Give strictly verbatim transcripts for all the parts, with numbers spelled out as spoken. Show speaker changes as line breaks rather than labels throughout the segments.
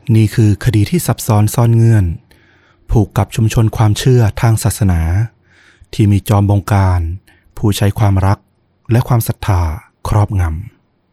นี่คือคดีที่ซับซ้อนซ่อนเงื่อนผูกกับชุมชนความเชื่อทางศาสนาที่มีจอมบงการผู้ใช้ความรักและความศรัทธาครอบงำ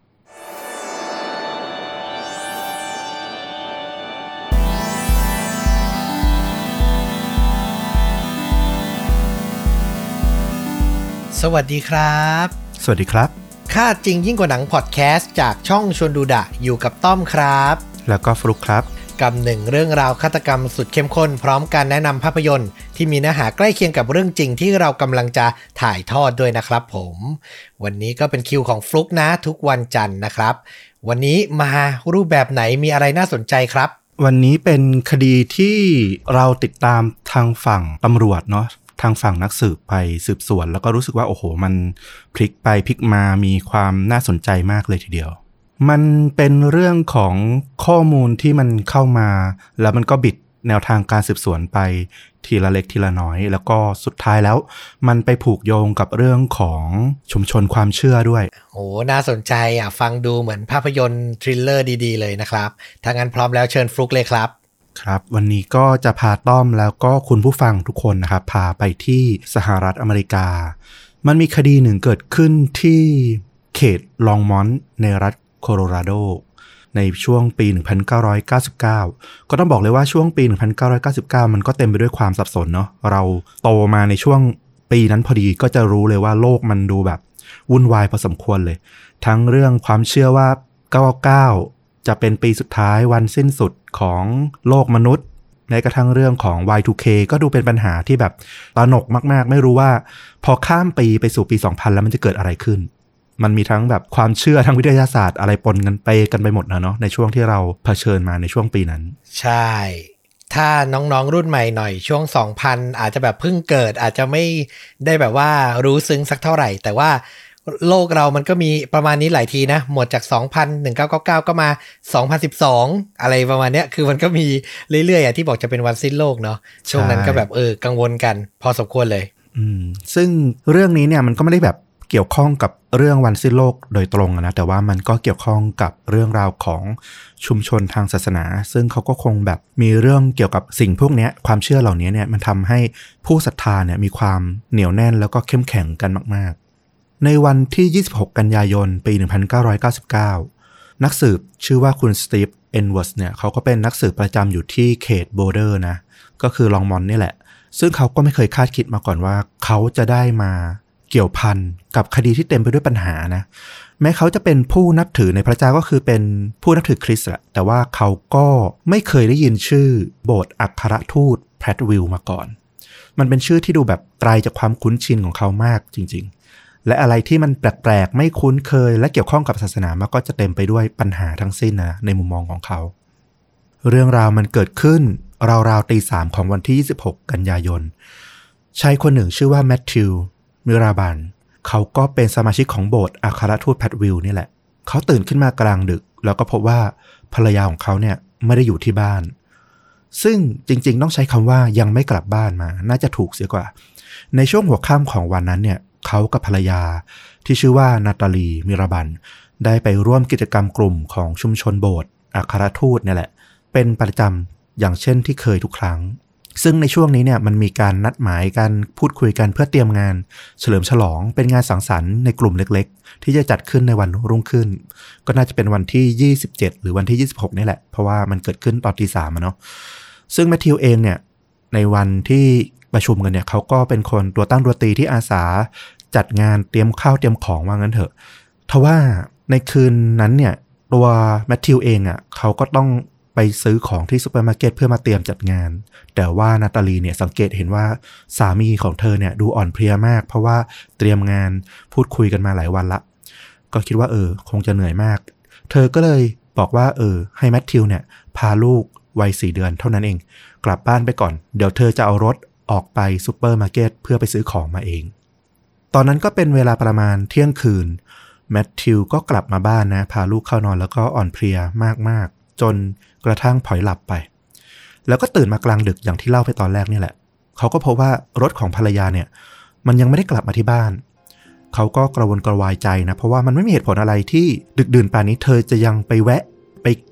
สวัสดีครับ
สวัสดีครับ
ค่าจริงยิ่งกว่าหนังพอดแคสต์จากช่องชวนดูดะอยู่กับต้อมครับ
แล้วก็ฟลุ๊กครับ
กับหนึ่งเรื่องราวฆาตกรรมสุดเข้มข้นพร้อมการแนะนำภาพยนตร์ที่มีเนื้อหาใกล้เคียงกับเรื่องจริงที่เรากำลังจะถ่ายทอดด้วยนะครับผมวันนี้ก็เป็นคิวของฟลุ๊กนะทุกวันจันทร์นะครับวันนี้มารูปแบบไหนมีอะไรน่าสนใจครับ
วันนี้เป็นคดีที่เราติดตามทางฝั่งตำรวจเนาะทางฝั่งนักสืบไปสืบสวนแล้วก็รู้สึกว่าโอ้โหมันพลิกไปพลิกมามีความน่าสนใจมากเลยทีเดียวมันเป็นเรื่องของข้อมูลที่มันเข้ามาแล้วมันก็บิดแนวทางการสืบสวนไปทีละเล็กทีละน้อยแล้วก็สุดท้ายแล้วมันไปผูกโยงกับเรื่องของชุมชนความเชื่อด้วย
โอ้น่าสนใจอ่ะฟังดูเหมือนภาพยนตร์ทริลเลอร์ดีๆเลยนะครับถ้างั้นพร้อมแล้วเชิญฟลุ๊กเลยครับ
ครับวันนี้ก็จะพาต้อมแล้วก็คุณผู้ฟังทุกคนนะครับพาไปที่สหรัฐอเมริกามันมีคดีหนึ่งเกิดขึ้นที่เขตลองมอนต์ในรัฐโคโลราโดในช่วงปีหนึ่งพันเก้าร้อยเก้าสิบเก้าก็ต้องบอกเลยว่าช่วงปีหนึ่งพันเก้าร้อยเก้าสิบเก้ามันก็เต็มไปด้วยความสับสนเนาะเราโตมาในช่วงปีนั้นพอดีก็จะรู้เลยว่าโลกมันดูแบบวุ่นวายพอสมควรเลยทั้งเรื่องความเชื่อว่าเก้าเก้าจะเป็นปีสุดท้ายวันสิ้นสุดของโลกมนุษย์แม้กระทั่งเรื่องของ วาย ทู เค ก็ดูเป็นปัญหาที่แบบตระหนกมากๆไม่รู้ว่าพอข้ามปีไปสู่ปีสองพันแล้วมันจะเกิดอะไรขึ้นมันมีทั้งแบบความเชื่อทั้งวิทยาศาสตร์อะไรปนกันไปกันไปหมดนะเนาะในช่วงที่เราเผชิญมาในช่วงปีนั้น
ใช่ถ้าน้องๆรุ่นใหม่หน่อยช่วงสองพันอาจจะแบบเพิ่งเกิดอาจจะไม่ได้แบบว่ารู้ซึ้งสักเท่าไหร่แต่ว่าโลกเรามันก็มีประมาณนี้หลายทีนะหมดจาก สองพัน หนึ่งพันเก้าร้อยเก้าสิบเก้า ก็มาสองพันสิบสองอะไรประมาณเนี้ยคือมันก็มีเรื่อยๆอ่ะที่บอกจะเป็นวันสิ้นโลกเนาะช่วงนั้นก็แบบเออกังวลกันพอสมควรเลย
อืมซึ่งเรื่องนี้เนี่ยมันก็ไม่ได้แบบเกี่ยวข้องกับเรื่องวันสิ้นโลกโดยตรงนะแต่ว่ามันก็เกี่ยวข้องกับเรื่องราวของชุมชนทางศาสนาซึ่งเขาก็คงแบบมีเรื่องเกี่ยวกับสิ่งพวกนี้ความเชื่อเหล่านี้เนี่ยมันทำให้ผู้ศรัทธาเนี่ยมีความเหนียวแน่นแล้วก็เข้มแข็งกันมากๆในวันที่ยี่สิบหกกันยายนปีหนึ่งพันเก้าร้อยเก้าสิบเก้านักสืบชื่อว่าคุณสตีฟเอ็นเวิร์ธเนี่ยเขาก็เป็นนักสืบประจำอยู่ที่เขตโบเดอร์นะก็คือลองมอนนี่แหละซึ่งเขาก็ไม่เคยคาดคิดมาก่อนว่าเขาจะได้มาเกี่ยวพันกับคดีที่เต็มไปด้วยปัญหานะแม้เขาจะเป็นผู้นับถือในพระเจ้าก็คือเป็นผู้นับถือคริสต์แหละแต่ว่าเขาก็ไม่เคยได้ยินชื่อโบสถ์อัครทูตแพทวิลมาก่อนมันเป็นชื่อที่ดูแบบไกลจากความคุ้นชินของเขามากจริงๆและอะไรที่มันแปลกๆไม่คุ้นเคยและเกี่ยวข้องกับศาสนามันก็จะเต็มไปด้วยปัญหาทั้งสิ้นนะในมุมมองของเขาเรื่องราวมันเกิดขึ้นราวๆตีสามของวันที่ยี่สิบหกกันยายนชายคนหนึ่งชื่อว่าแมทธิวมิราบันเขาก็เป็นสมาชิกของโบสถ์อัครทูตแพทวิลนี่แหละเขาตื่นขึ้นมากลางดึกแล้วก็พบว่าภรรยาของเขาเนี่ยไม่ได้อยู่ที่บ้านซึ่งจริงๆต้องใช้คำว่ายังไม่กลับบ้านมาน่าจะถูกเสียกว่าในช่วงหัวค่ำของวันนั้นเนี่ยเขากับภรรยาที่ชื่อว่านาตาลีมิราบันได้ไปร่วมกิจกรรมกลุ่มของชุมชนโบสถ์อัครทูตเนี่ยแหละเป็นประจำอย่างเช่นที่เคยทุกครั้งซึ่งในช่วงนี้เนี่ยมันมีการนัดหมายการพูดคุยกันเพื่อเตรียมงานเฉลิมฉลองเป็นงานสังสรรค์ในกลุ่มเล็กๆที่จะจัดขึ้นในวันรุ่งขึ้นก็น่าจะเป็นวันที่ยี่สิบเจ็ดหรือวันที่ยี่สิบหกนี่แหละเพราะว่ามันเกิดขึ้นตอนตีสามอะเนาะซึ่งแมทธิวเองเนี่ยในวันที่ประชุมกันเนี่ยเขาก็เป็นคนตัวตั้งตัวตีที่อาสาจัดงานเตรียมข้าวเตรียมของว่างั้นเถอะทว่าในคืนนั้นเนี่ยตัวแมทธิวเองอ่ะเขาก็ต้องไปซื้อของที่ซูเปอร์มาร์เก็ตเพื่อมาเตรียมจัดงานแต่ว่านาตาลีเนี่ยสังเกตเห็นว่าสามีของเธอเนี่ยดูอ่อนเพลียมากเพราะว่าเตรียมงานพูดคุยกันมาหลายวันละก็คิดว่าเออคงจะเหนื่อยมากเธอก็เลยบอกว่าเออให้แมทธิวเนี่ยพาลูกวัยสี่เดือนเท่านั้นเองกลับบ้านไปก่อนเดี๋ยวเธอจะเอารถออกไปซูเปอร์มาร์เก็ตเพื่อไปซื้อของมาเองตอนนั้นก็เป็นเวลาประมาณเที่ยงคืนแมทธิวก็กลับมาบ้านนะพาลูกเข้านอนแล้วก็อ่อนเพลียมากๆจนกระทั่งผล็อยหลับไปแล้วก็ตื่นมากลางดึกอย่างที่เล่าไปตอนแรกนี่แหละเขาก็พบว่ารถของภรรยาเนี่ยมันยังไม่ได้กลับมาที่บ้านเขาก็กระวนกระวายใจนะเพราะว่ามันไม่มีเหตุผลอะไรที่ดึกดื่นป่านนี้เธอจะยังไปแวะไป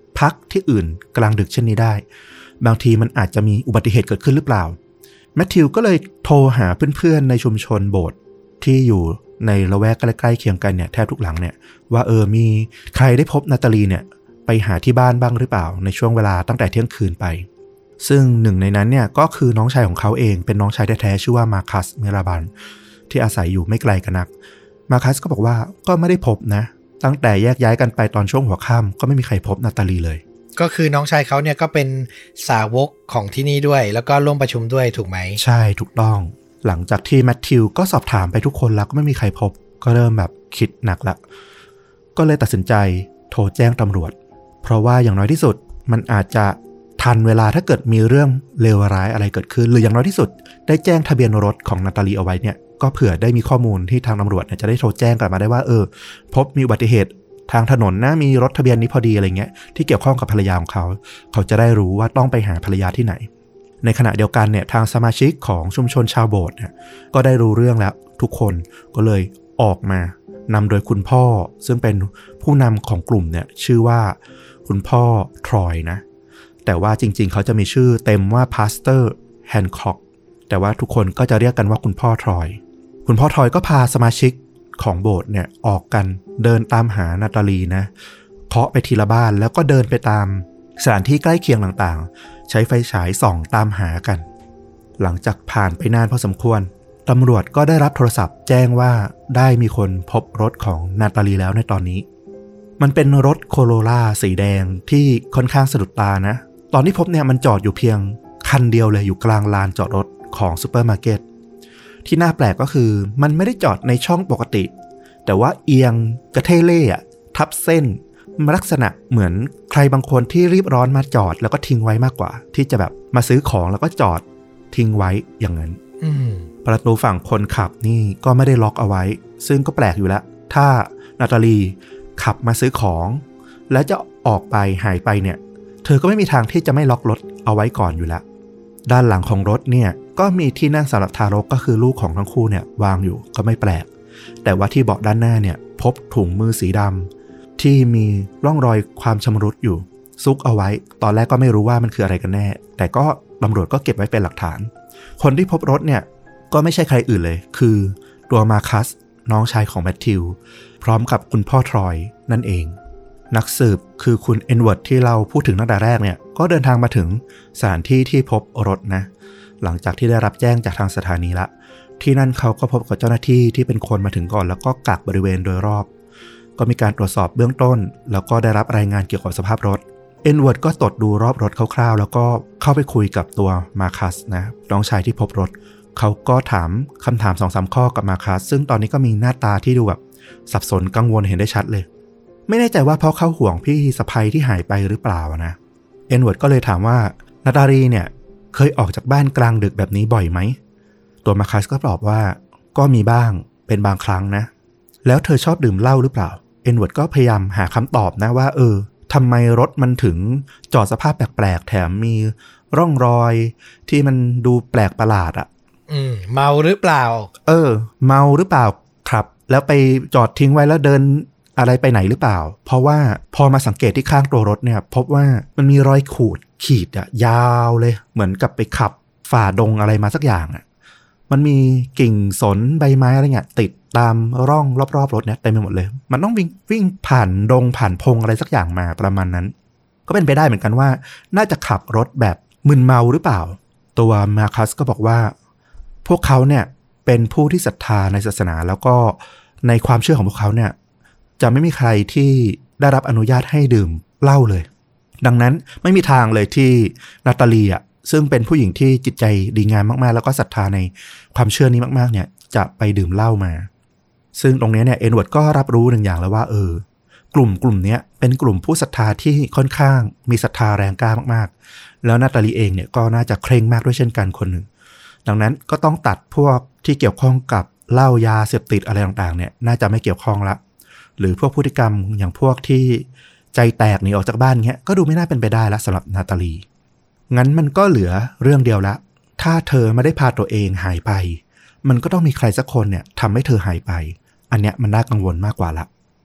พักที่อื่นกลางดึกเช่นนี้ได้บางทีมันอาจจะมีอุบัติเหตุเกิดขึ้นหรือเปล่าแมทธิวก็เลยโทรหาเพื่อนๆในชุมชนโบสถ์ที่อยู่ในละแวกใกล้ๆเคียงกันเนี่ยแทบทุกหลังเนี่ยว่าเออมีใครได้พบนาตาลีเนี่ยไปหาที่บ้านบ้างหรือเปล่าในช่วงเวลาตั้งแต่เที่ยงคืนไปซึ่งหนึ่งในนั้นเนี่ยก็คือน้องชายของเขาเองเป็นน้องชายแท้ๆชื่อว่ามาคัสเมราบันที่อาศัยอยู่ไม่ไกลกันนักมาคัสก็บอกว่าก็ไม่ได้พบนะตั้งแต่แยกย้ายกันไปตอนช่วงหัวค่ำก็ไม่มีใครพบนาตาลีเลย
ก็คือน้องชายเขาเนี่ยก็เป็นสาวกของที่นี่ด้วยแล้วก็ร่วมประชุมด้วยถูกไหม
ใช่ถูกต้องหลังจากที่แมทธิวก็สอบถามไปทุกคนแล้วก็ไม่มีใครพบก็เริ่มแบบคิดหนักละก็เลยตัดสินใจโทรแจ้งตำรวจเพราะว่าอย่างน้อยที่สุดมันอาจจะทันเวลาถ้าเกิดมีเรื่องเลวร้ายอะไรเกิดขึ้นหรืออย่างน้อยที่สุดได้แจ้งทะเบียนรถของนาตาลีเอาไว้เนี่ยก็เผื่อได้มีข้อมูลที่ทางตำรวจเนี่ยจะได้โทรแจ้งกลับมาได้ว่าเออพบมีอุบัติเหตุทางถนนนะมีรถทะเบียนนี้พอดีอะไรเงี้ยที่เกี่ยวข้องกับภรรยาของเขาเขาจะได้รู้ว่าต้องไปหาภรรยาที่ไหนในขณะเดียวกันเนี่ยทางสมาชิกของชุมชนชาวโบสถ์เนี่ยก็ได้รู้เรื่องแล้วทุกคนก็เลยออกมานำโดยคุณพ่อซึ่งเป็นผู้นำของกลุ่มเนี่ยชื่อว่าคุณพ่อทรอยนะแต่ว่าจริงๆเขาจะมีชื่อเต็มว่าพาสเตอร์แฮนค็อกแต่ว่าทุกคนก็จะเรียกกันว่าคุณพ่อทรอยคุณพ่อทรอยก็พาสมาชิกของโบสถ์เนี่ยออกกันเดินตามหานาตาลีนะเคาะไปทีละบ้านแล้วก็เดินไปตามสถานที่ใกล้เคียงต่างๆใช้ไฟฉายส่องตามหากันหลังจากผ่านไปนานพอสมควรตำรวจก็ได้รับโทรศัพท์แจ้งว่าได้มีคนพบรถของนาตาลีแล้วในตอนนี้มันเป็นรถโคโรล่าสีแดงที่ค่อนข้างสะดุดตานะตอนที่พบเนี่ยมันจอดอยู่เพียงคันเดียวเลยอยู่กลางลานจอดรถของซูเปอร์มาร์เก็ตที่น่าแปลกก็คือมันไม่ได้จอดในช่องปกติแต่ว่าเอียงกระเทเล่อะทับเส้นลักษณะเหมือนใครบางคนที่รีบร้อนมาจอดแล้วก็ทิ้งไว้มากกว่าที่จะแบบมาซื้อของแล้วก็จอดทิ้งไว้อย่างนั้นประตูฝั่งคนขับนี่ก็ไม่ได้ล็อกเอาไว้ซึ่งก็แปลกอยู่แล้วถ้านาตาลีขับมาซื้อของแล้วจะออกไปหายไปเนี่ยเธอก็ไม่มีทางที่จะไม่ล็อกรถเอาไว้ก่อนอยู่แล้วด้านหลังของรถเนี่ยก็มีที่นั่งสำหรับทารกก็คือลูกของทั้งคู่เนี่ยวางอยู่ก็ไม่แปลกแต่ว่าที่เบาะด้านหน้าเนี่ยพบถุงมือสีดำที่มีร่องรอยความชำรุดอยู่ซุกเอาไว้ตอนแรกก็ไม่รู้ว่ามันคืออะไรกันแน่แต่ก็ตำรวจก็เก็บไว้เป็นหลักฐานคนที่พบรถเนี่ยก็ไม่ใช่ใครอื่นเลยคือตัวมาคัสน้องชายของแมทธิวพร้อมกับคุณพ่อทรอยนั่นเองนักสืบคือคุณเอ็นเวิร์ดที่เราพูดถึงตั้งแต่แรกเนี่ยก็เดินทางมาถึงสถานที่ที่พบรถนะหลังจากที่ได้รับแจ้งจากทางสถานีละที่นั่นเขาก็พบกับเจ้าหน้าที่ที่เป็นคนมาถึงก่อนแล้วก็กักบริเวณโดยรอบก็มีการตรวจสอบเบื้องต้นแล้วก็ได้รับรายงานเกี่ยวกับสภาพรถเอ็นเวิร์ดก็ตรวจดูรอบรถคร่าวๆแล้วก็เข้าไปคุยกับตัวมาคัสนะน้องชายที่พบรถเขาก็ถามคำถาม สองสาม ข้อกับมาคัสซึ่งตอนนี้ก็มีหน้าตาที่ดูแบบสับสนกังวลเห็นได้ชัดเลยไม่แน่ใจว่าเพราะเขาห่วงพี่สะใภ้ที่หายไปหรือเปล่านะเอ็นเวิร์ดก็เลยถามว่านาตาลีเนี่ยเคยออกจากบ้านกลางดึกแบบนี้บ่อยไหมตัวมาคัสก็ตอบว่าก็มีบ้างเป็นบางครั้งนะแล้วเธอชอบดื่มเหล้าหรือเปล่าเอ็นเวิร์ดก็พยายามหาคำตอบนะว่าเออทำไมรถมันถึงจอดสภาพแปลกๆแถมมีร่องรอยที่มันดูแปลกประหลาดอ่ะ
อืมเมาหรือเปล่า
เออเมาหรือเปล่าครับแล้วไปจอดทิ้งไว้แล้วเดินอะไรไปไหนหรือเปล่าเพราะว่าพอมาสังเกตที่ข้างตัวรถเนี่ยพบว่ามันมีรอยขูดขีดอ่ะยาวเลยเหมือนกับไปขับฝ่าดงอะไรมาสักอย่างอ่ะมันมีกิ่งสนใบไม้อะไรเงี้ยติดตามร่องรอบๆรถเนี่ยเต็มไปหมดเลยมันต้องวิ่งวิ่งผ่านดงผ่านพงอะไรสักอย่างมาประมาณนั้นก็เป็นไปได้เหมือนกันว่าน่าจะขับรถแบบมึนเมาหรือเปล่าตัวมาคัสก็บอกว่าพวกเขาเนี่ยเป็นผู้ที่ศรัทธาในศาสนาแล้วก็ในความเชื่อของพวกเขาเนี่ยจะไม่มีใครที่ได้รับอนุญาตให้ดื่มเหล้าเลยดังนั้นไม่มีทางเลยที่นาตาลีอ่ะซึ่งเป็นผู้หญิงที่จิตใจดีงามมากๆแล้วก็ศรัทธาในความเชื่อนี้มากๆเนี่ยจะไปดื่มเหล้ามาซึ่งตรงนี้เนี่ยเอ็นเวิร์ดก็รับรู้หนึ่งอย่างแล้วว่าเออกลุ่มกลุ่มนี้เป็นกลุ่มผู้ศรัทธาที่ค่อนข้างมีศรัทธาแรงกล้ามากๆแล้วนาตาลีเองเนี่ยก็น่าจะเคร่งมากด้วยเช่นกันคนหนึ่งดังนั้นก็ต้องตัดพวกที่เกี่ยวข้องกับเหล้ายาเสพติดอะไรต่างๆเนี่ยน่าจะไม่เกี่ยวข้องละหรือพวกพฤติกรรมอย่างพวกที่ใจแตกหนีออกจากบ้านเงี้ยก็ดูไม่น่าเป็นไปได้ละสำหรับนาตาลีงั้นมันก็เหลือเรื่องเดียวละถ้าเธอไม่ได้พาตัวเองหายไปมันก็ต้องมีใครสักคนเนี่ยทำให้เธอหายไปอันเนี้ยมันน่ากังวลมากกว่าละ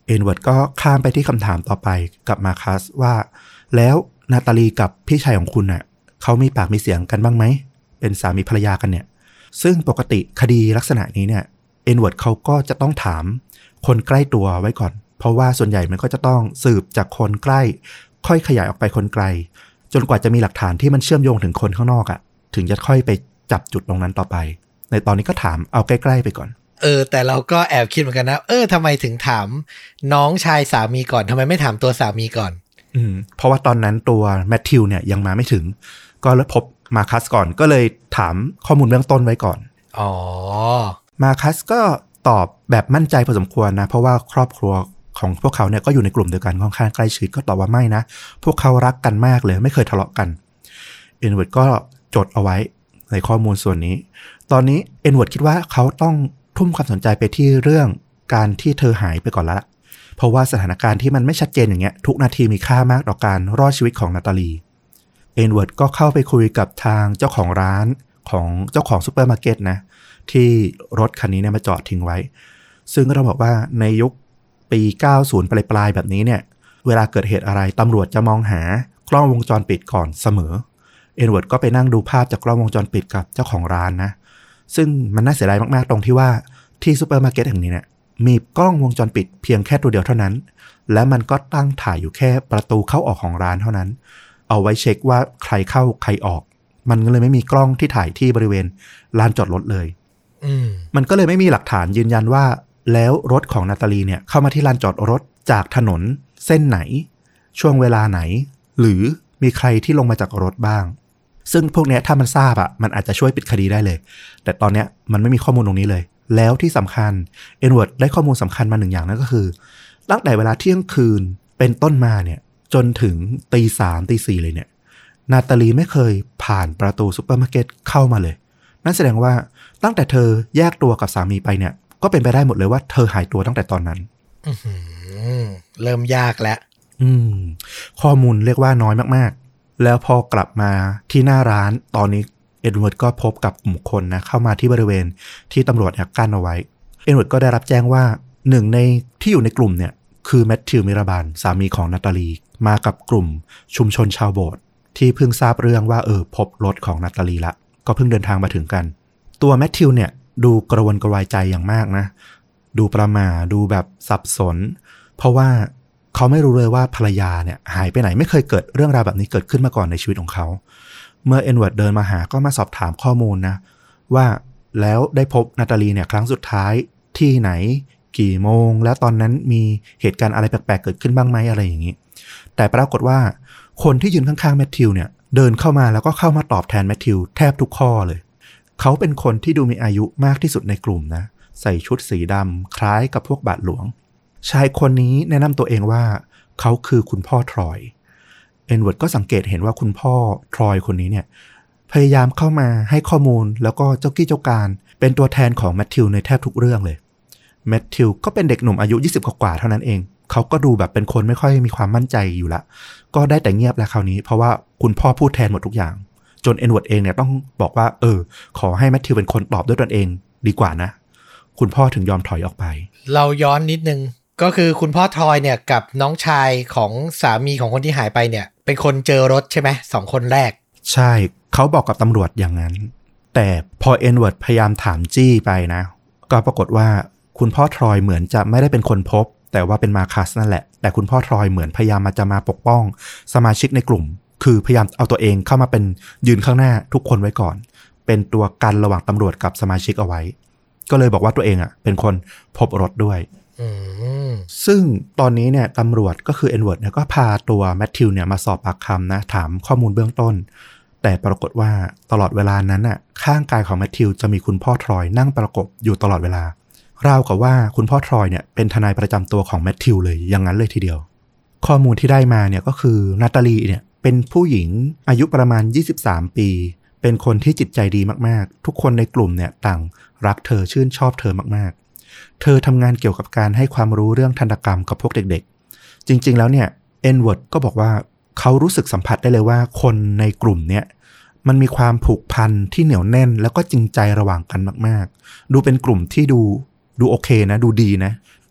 เอ็นเวิร์ดก็ข้ามไปที่คำถามต่อไปกับมาคัสว่าแล้วนาตาลีกับพี่ชายของคุณน่ะเขามีปากมีเสียงกันบ้างไหมเป็นสามีภรรยากันเนี่ยซึ่งปกติคดีลักษณะนี้เนี่ยเอ็นเวิร์ดเขาก็จะต้องถามคนใกล้ตัวไว้ก่อนเพราะว่าส่วนใหญ่มันก็จะต้องสืบจากคนใกล้ค่อยขยายออกไปคนไกลจนกว่าจะมีหลักฐานที่มันเชื่อมโยงถึงคนข้างนอกอ่ะถึงจะค่อยไปจับจุดตรงนั้นต่อไปในตอนนี้ก็ถามเอาใกล้ๆไปก่อน
เออแต่เราก็แอบคิดเหมือนกันนะเออทำไมถึงถามน้องชายสามีก่อนทำไมไม่ถามตัวสามีก่อน
อืมเพราะว่าตอนนั้นตัวแมทธิวเนี่ยยังมาไม่ถึงก็เลยพบมาคัสก่อนก็เลยถามข้อมูลเบื้องต้นไว้ก่อน
อ๋อ
มาคัสก็ตอบแบบมั่นใจพอสมควรนะเพราะว่าครอบครัวของพวกเขาเนี่ยก็อยู่ในกลุ่มเดียวกันค่อนข้างใกล้ชิดก็ตอบว่าไม่นะพวกเขารักกันมากเลยไม่เคยทะเลาะกันเอ็นเวิร์ดก็จดเอาไว้ในข้อมูลส่วนนี้ตอนนี้เอ็นเวิร์ดคิดว่าเขาต้องทุ่มความสนใจไปที่เรื่องการที่เธอหายไปก่อนแล้วเพราะว่าสถานการณ์ที่มันไม่ชัดเจนอย่างเงี้ยทุกนาทีมีค่ามากต่อการรอดชีวิตของนาตาลีเอ็นเวิร์ดก็เข้าไปคุยกับทางเจ้าของร้านของเจ้าของซูเปอร์มาร์เก็ตนะที่รถคันนี้เนี่ยมาจอดทิ้งไว้ซึ่งก็ต้องบอกว่าในยุคปีเก้าสิบปลายๆแบบนี้เนี่ยเวลาเกิดเหตุอะไรตำรวจจะมองหากล้องวงจรปิดก่อนเสมอเอ็นเวิร์ดก็ไปนั่งดูภาพจากกล้องวงจรปิดกับเจ้าของร้านนะซึ่งมันน่าเสียดายมากๆตรงที่ว่าที่ซูเปอร์มาร์เก็ตแห่งนี้เนี่ยมีกล้องวงจรปิดเพียงแค่ตัวเดียวเท่านั้นและมันก็ตั้งถ่ายอยู่แค่ประตูเข้าออกของร้านเท่านั้นเอาไว้เช็คว่าใครเข้าใครออกมันก็เลยไม่มีกล้องที่ถ่ายที่บริเวณลานจอดรถเลยมันก็เลยไม่มีหลักฐานยืนยันว่าแล้วรถของนาตาลีเนี่ยเข้ามาที่ลานจอดรถจากถนนเส้นไหนช่วงเวลาไหนหรือมีใครที่ลงมาจากรถบ้างซึ่งพวกนี้ถ้ามันทราบอ่ะมันอาจจะช่วยปิดคดีได้เลยแต่ตอนเนี้ยมันไม่มีข้อมูลตรงนี้เลยแล้วที่สำคัญเอ็นเวิร์ดได้ข้อมูลสำคัญมาหนึ่งอย่างนั่นก็คือตั้งแต่เวลาเที่ยงคืนเป็นต้นมาเนี่ยจนถึงตีสามตีสี่เลยเนี่ยนาตาลีไม่เคยผ่านประตูซูเปอร์มาร์เก็ตเข้ามาเลยนั่นแสดงว่าตั้งแต่เธอแยกตัวกับสามีไปเนี่ยก็เป็นไปได้หมดเลยว่าเธอหายตัวตั้งแต่ตอนนั้น
เริ่มยากแล้ว
อืมข้อมูลเรียกว่าน้อยมากๆแล้วพอกลับมาที่หน้าร้านตอนนี้เอ็ดเวิร์ดก็พบกับกลุ่มคนนะเข้ามาที่บริเวณที่ตำรวจเนี่ยกั้นเอาไว้เอ็ดเวิร์ดก็ได้รับแจ้งว่าหนึ่งในที่อยู่ในกลุ่มเนี่ยคือแมทธิวมิราบานสามีของนาตาลีมากับกลุ่มชุมชนชาวโบสถ์ที่เพิ่งทราบเรื่องว่าเออพบรถของนาตาลีละก็เพิ่งเดินทางมาถึงกันตัวแมทธิวเนี่ยดูกระวนกระวายใจอย่างมากนะดูประหม่าดูแบบสับสนเพราะว่าเขาไม่รู้เลยว่าภรรยาเนี่ยหายไปไหนไม่เคยเกิดเรื่องราวแบบนี้เกิดขึ้นมาก่อนในชีวิตของเขาเมื่อเอ็นเวิร์ดเดินมาหาก็มาสอบถามข้อมูลนะว่าแล้วได้พบนาตาลีเนี่ยครั้งสุดท้ายที่ไหนกี่โมงแล้วตอนนั้นมีเหตุการณ์อะไรแปลกๆเกิดขึ้นบ้างไหมอะไรอย่างนี้แต่ปรากฏว่าคนที่ยืนข้างๆแมทธิวเนี่ยเดินเข้ามาแล้วก็เข้ามาตอบแทนแมทธิวแทบทุกข้อเลยเขาเป็นคนที่ดูมีอายุมากที่สุดในกลุ่มนะใส่ชุดสีดำคล้ายกับพวกบาทหลวงชายคนนี้แนะนำตัวเองว่าเขาคือคุณพ่อทรอยเอ็นเวิร์ดก็สังเกตเห็นว่าคุณพ่อทรอยคนนี้เนี่ยพยายามเข้ามาให้ข้อมูลแล้วก็เจ้ากี้เจ้าการเป็นตัวแทนของแมทธิวในแทบทุกเรื่องเลยแมทธิวก็เป็นเด็กหนุ่มอายุยี่สิบกว่าๆเท่านั้นเองเขาก็ดูแบบเป็นคนไม่ค่อยมีความมั่นใจอยู่ละก็ได้แต่เงียบแล้วคราวนี้เพราะว่าคุณพ่อพูดแทนหมดทุกอย่างจนเอ็นเวิร์ดเองเนี่ยต้องบอกว่าเออขอให้แมทธิวเป็นคนตอบด้วยตนเองดีกว่านะคุณพ่อถึงยอมถอยออกไป
เราย้อนนิดนึงก็คือคุณพ่อทอยเนี่ยกับน้องชายของสามีของคนที่หายไปเนี่ยเป็นคนเจอรถใช่ไหมสองคนแรก
ใช่เขาบอกกับตำรวจอย่างนั้นแต่พอเอ็นเวิร์ดพยายามถามจี้ไปนะก็ปรากฏว่าคุณพ่อทรอยเหมือนจะไม่ได้เป็นคนพบแต่ว่าเป็นมาคัสนั่นแหละแต่คุณพ่อทรอยเหมือนพยายามมาจะมาปกป้องสมาชิกในกลุ่มคือพยายามเอาตัวเองเข้ามาเป็นยืนข้างหน้าทุกคนไว้ก่อนเป็นตัวกันระหว่างตำรวจกับสมาชิกเอาไว้ก็เลยบอกว่าตัวเองอ่ะเป็นคนพบรถด้วยซึ่งตอนนี้เนี่ยตำรวจก็คือเอ็นเวิร์ดเนี่ยก็พาตัวแมทธิวเนี่ยมาสอบปากคำนะถามข้อมูลเบื้องต้นแต่ปรากฏว่าตลอดเวลานั้นน่ะข้างกายของแมทธิวจะมีคุณพ่อทรอยนั่งประกบอยู่ตลอดเวลาราวกับว่าคุณพ่อทรอยเนี่ยเป็นทนายประจำตัวของแมทธิวเลยอย่างนั้นเลยทีเดียวข้อมูลที่ได้มาเนี่ยก็คือนาตาลีเนี่ยเป็นผู้หญิงอายุประมาณยี่สิบสามปีเป็นคนที่จิตใจดีมากๆทุกคนในกลุ่มเนี่ยต่างรักเธอชื่นชอบเธอมากๆเธอทำงานเกี่ยวกับการให้ความรู้เรื่องทันตกรรมกับพวกเด็กๆจริงๆแล้วเนี่ยเอ็นเวิร์ดก็บอกว่าเขารู้สึกสัมผัสได้เลยว่าคนในกลุ่มเนี่ยมันมีความผูกพันที่เหนียวแน่นแล้วก็จริงใจระหว่างกันมากๆดูเป็นกลุ่มที่ดูดูโอเคนะดูดีนะ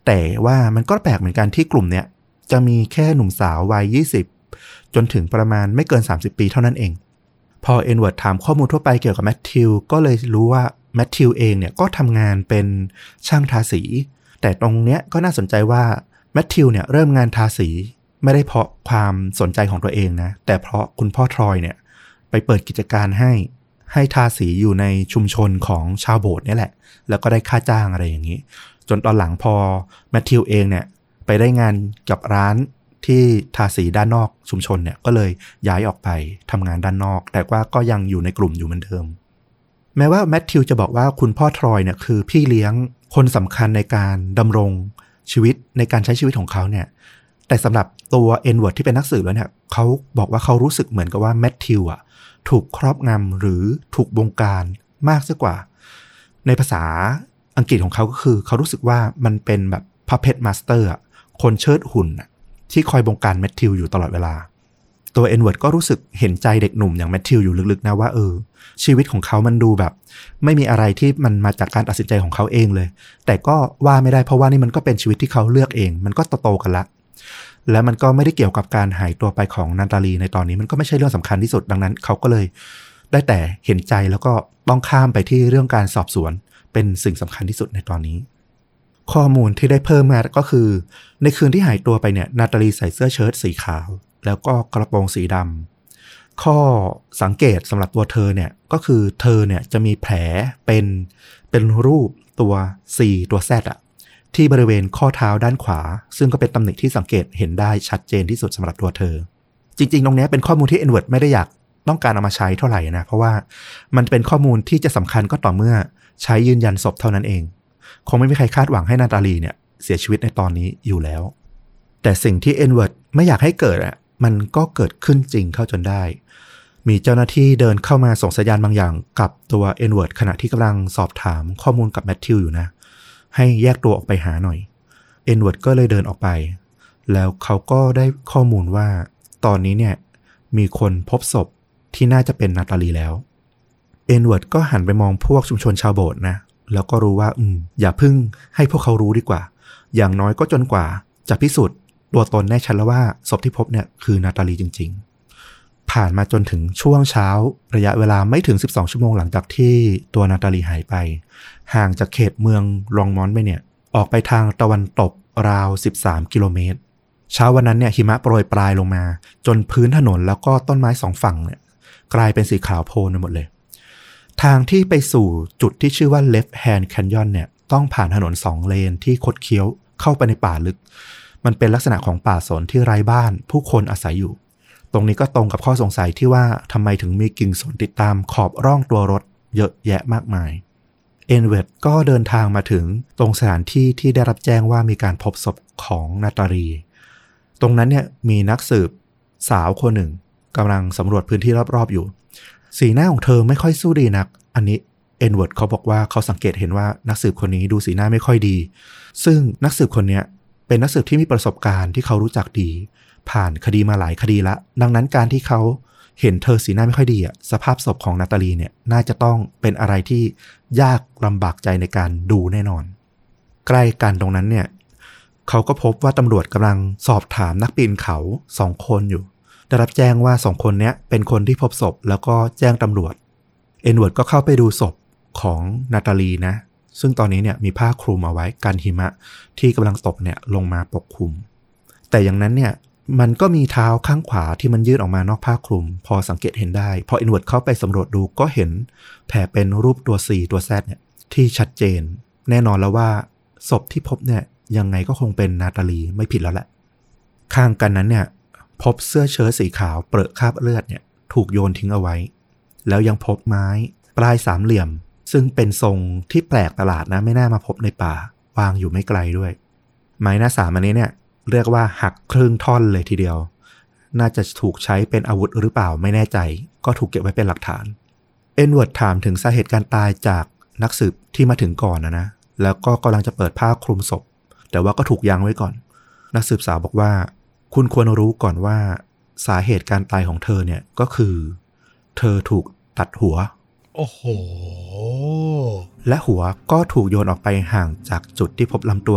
แต่ว่ามันก็แปลกเหมือนกันที่กลุ่มเนี้ยจะมีแค่หนุ่มสาววัยยี่สิบจนถึงประมาณไม่เกินสามสิบปีเท่านั้นเองพอเอ็ดเวิร์ดถามข้อมูลทั่วไปเกี่ยวกับแมทธิวก็เลยรู้ว่าแมทธิวเองเนี่ยก็ทำงานเป็นช่างทาสีแต่ตรงเนี้ยก็น่าสนใจว่าแมทธิวเนี่ยเริ่มงานทาสีไม่ได้เพราะความสนใจของตัวเองนะแต่เพราะคุณพ่อทรอยเนี่ยไปเปิดกิจการให้ให้ทาสีอยู่ในชุมชนของชาวโบสถ์นี่แหละแล้วก็ได้ค่าจ้างอะไรอย่างนี้จนตอนหลังพอแมทธิวเองเนี่ยไปได้งานกับร้านที่ทาสีด้านนอกชุมชนเนี่ยก็เลยย้ายออกไปทำงานด้านนอกแต่ว่าก็ยังอยู่ในกลุ่มอยู่เหมือนเดิมแม้ว่าแมทธิวจะบอกว่าคุณพ่อทรอยเนี่ยคือพี่เลี้ยงคนสำคัญในการดำรงชีวิตในการใช้ชีวิตของเขาเนี่ยแต่สำหรับตัวเอ็ดเวิร์ดที่เป็นนักสืบแล้วเนี่ยเขาบอกว่าเขารู้สึกเหมือนกับว่าแมทธิวอ่ะถูกครอบงำหรือถูกบงการมากซะกว่าในภาษาอังกฤษของเขาก็คือเขารู้สึกว่ามันเป็นแบบ puppet master อ่ะคนเชิดหุ่นอ่ะที่คอยบงการแมทธิวอยู่ตลอดเวลาตัวเอ็ดเวิร์ดก็รู้สึกเห็นใจเด็กหนุ่มอย่างแมทธิวอยู่ลึกๆนะว่าเออชีวิตของเขามันดูแบบไม่มีอะไรที่มันมาจากการตัดสินใจของเขาเองเลยแต่ก็ว่าไม่ได้เพราะว่านี่มันก็เป็นชีวิตที่เขาเลือกเองมันก็โตๆกันละและมันก็ไม่ได้เกี่ยวกับการหายตัวไปของนาตาลีในตอนนี้มันก็ไม่ใช่เรื่องสำคัญที่สุดดังนั้นเขาก็เลยได้แต่เห็นใจแล้วก็ต้องข้ามไปที่เรื่องการสอบสวนเป็นสิ่งสำคัญที่สุดในตอนนี้ข้อมูลที่ได้เพิ่มมาก็คือในคืนที่หายตัวไปเนี่ยนาตาลีใส่เสื้อเชิ้ตสีขาวแล้วก็กระโปรงสีดำข้อสังเกตสำหรับตัวเธอเนี่ยก็คือเธอเนี่ยจะมีแผลเป็นเป็นรูปตัว C ตัว Z อะที่บริเวณข้อเท้าด้านขวาซึ่งก็เป็นตำหนิที่สังเกตเห็นได้ชัดเจนที่สุดสำหรับตัวเธอจริงๆตรงนี้เป็นข้อมูลที่เอ็ดเวิร์ดไม่ได้อยากต้องการเอามาใช้เท่าไหร่นะเพราะว่ามันเป็นข้อมูลที่จะสำคัญก็ต่อเมื่อใช้ยืนยันศพเท่านั้นเองคงไม่มีใครคาดหวังให้นาตาลีเนี่ยเสียชีวิตในตอนนี้อยู่แล้วแต่สิ่งที่เอ็ดเวิร์ดไม่อยากให้เกิดอ่ะมันก็เกิดขึ้นจริงเข้าจนได้มีเจ้าหน้าที่เดินเข้ามาส่งสัญญาณบางอย่างกับตัวเอ็ดเวิร์ดขณะที่กำลังสอบถามข้อมูลกับแมทธิวอยู่นะให้แยกตัวออกไปหาหน่อยเอ็ดเวิร์ดก็เลยเดินออกไปแล้วเขาก็ได้ข้อมูลว่าตอนนี้เนี่ยมีคนพบศพที่น่าจะเป็นนาตาลีแล้วเอ็ดเวิร์ดก็หันไปมองพวกชุมชนชาวโบสถ์นะแล้วก็รู้ว่าอืมอย่าพึ่งให้พวกเขารู้ดีกว่าอย่างน้อยก็จนกว่าจะพิสูจน์ตัวตนแน่ชัดแล้วว่าศพที่พบเนี่ยคือนาตาลีจริงๆผ่านมาจนถึงช่วงเช้าระยะเวลาไม่ถึงสิบสองชั่วโมงหลังจากที่ตัวนาตาลีหายไปห่างจากเขตเมืองรองมอนต์ไปเนี่ยออกไปทางตะวันตกราวสิบสามกิโลเมตรเช้าวันนั้นเนี่ยหิมะโปรยปลายลงมาจนพื้นถนนแล้วก็ต้นไม้สองฝั่งเนี่ยกลายเป็นสีขาวโพลนไปหมดเลยทางที่ไปสู่จุดที่ชื่อว่า Left Hand Canyon เนี่ยต้องผ่านถนนสองเลนที่คดเคี้ยวเข้าไปในป่าลึกมันเป็นลักษณะของป่าสนที่ไร้บ้านผู้คนอาศัยอยู่ตรงนี้ก็ตรงกับข้อสงสัยที่ว่าทำไมถึงมีกิ่งสนติดตามขอบร่องตัวรถเยอะแยะมากมายเอ็ดเวิร์ดก็เดินทางมาถึงตรงสถานที่ที่ได้รับแจ้งว่ามีการพบศพของนาตาลีตรงนั้นเนี่ยมีนักสืบสาวคนหนึ่งกำลังสำรวจพื้นที่รอบๆอยู่สีหน้าของเธอไม่ค่อยสู้ดีนักอันนี้เอ็ดเวิร์ดเขาบอกว่าเขาสังเกตเห็นว่านักสืบคนนี้ดูสีหน้าไม่ค่อยดีซึ่งนักสืบคนนี้เป็นนักสืบที่มีประสบการณ์ที่เขารู้จักดีผ่านคดีมาหลายคดีละดังนั้นการที่เขาเห็นเธอสีหน้าไม่ค่อยดีอ่ะสภาพศพของนาตาลีเนี่ยน่าจะต้องเป็นอะไรที่ยากลำบากใจในการดูแน่นอนใกล้กันตรงนั้นเนี่ยเขาก็พบว่าตำรวจกำลังสอบถามนักปีนเขาสองคนอยู่ได้รับแจ้งว่าสองคนนี้เป็นคนที่พบศพแล้วก็แจ้งตำรวจเอ็ดเวิร์ดก็เข้าไปดูศพของนาตาลีนะซึ่งตอนนี้เนี่ยมีผ้าคลุมเอาไว้กันหิมะที่กำลังตกเนี่ยลงมาปกคลุมแต่อย่างนั้นเนี่ยมันก็มีเท้าข้างขวาที่มันยื่นออกมานอกผ้าคลุมพอสังเกตเห็นได้พอเอ็ดเวิร์ดเข้าไปสำรวจดูก็เห็นแผลเป็นรูปตัว C ตัว Z เนี่ยที่ชัดเจนแน่นอนแล้วว่าศพที่พบเนี่ยยังไงก็คงเป็นนาตาลีไม่ผิดแล้วแหละข้างกันนั้นเนี่ยพบเสื้อเชิ้ตสีขาวเปรอะคราบเลือดเนี่ยถูกโยนทิ้งเอาไว้แล้วยังพบไม้ปลายสามเหลี่ยมซึ่งเป็นทรงที่แปลกประหลาดนะไม่น่ามาพบในป่าวางอยู่ไม่ไกลด้วยไม้หน้าสามอันนี้เนี่ยเรียกว่าหักครึ่งท่อนเลยทีเดียวน่าจะถูกใช้เป็นอาวุธหรือเปล่าไม่แน่ใจก็ถูกเก็บไว้เป็นหลักฐานเอ็ดเวิร์ดถามถึงสาเหตุการตายจากนักสืบที่มาถึงก่อนนะนะแล้วก็กำลังจะเปิดผ้าคลุมศพแต่ว่าก็ถูกยั้งไว้ก่อนนักสืบสาวบอกว่าคุณควรรู้ก่อนว่าสาเหตุการตายของเธอเนี่ยก็คือเธอถูกตัดหัว
โอ้โห
และหัวก็ถูกโยนออกไปห่างจากจุดที่พบลำตัวเนี่ย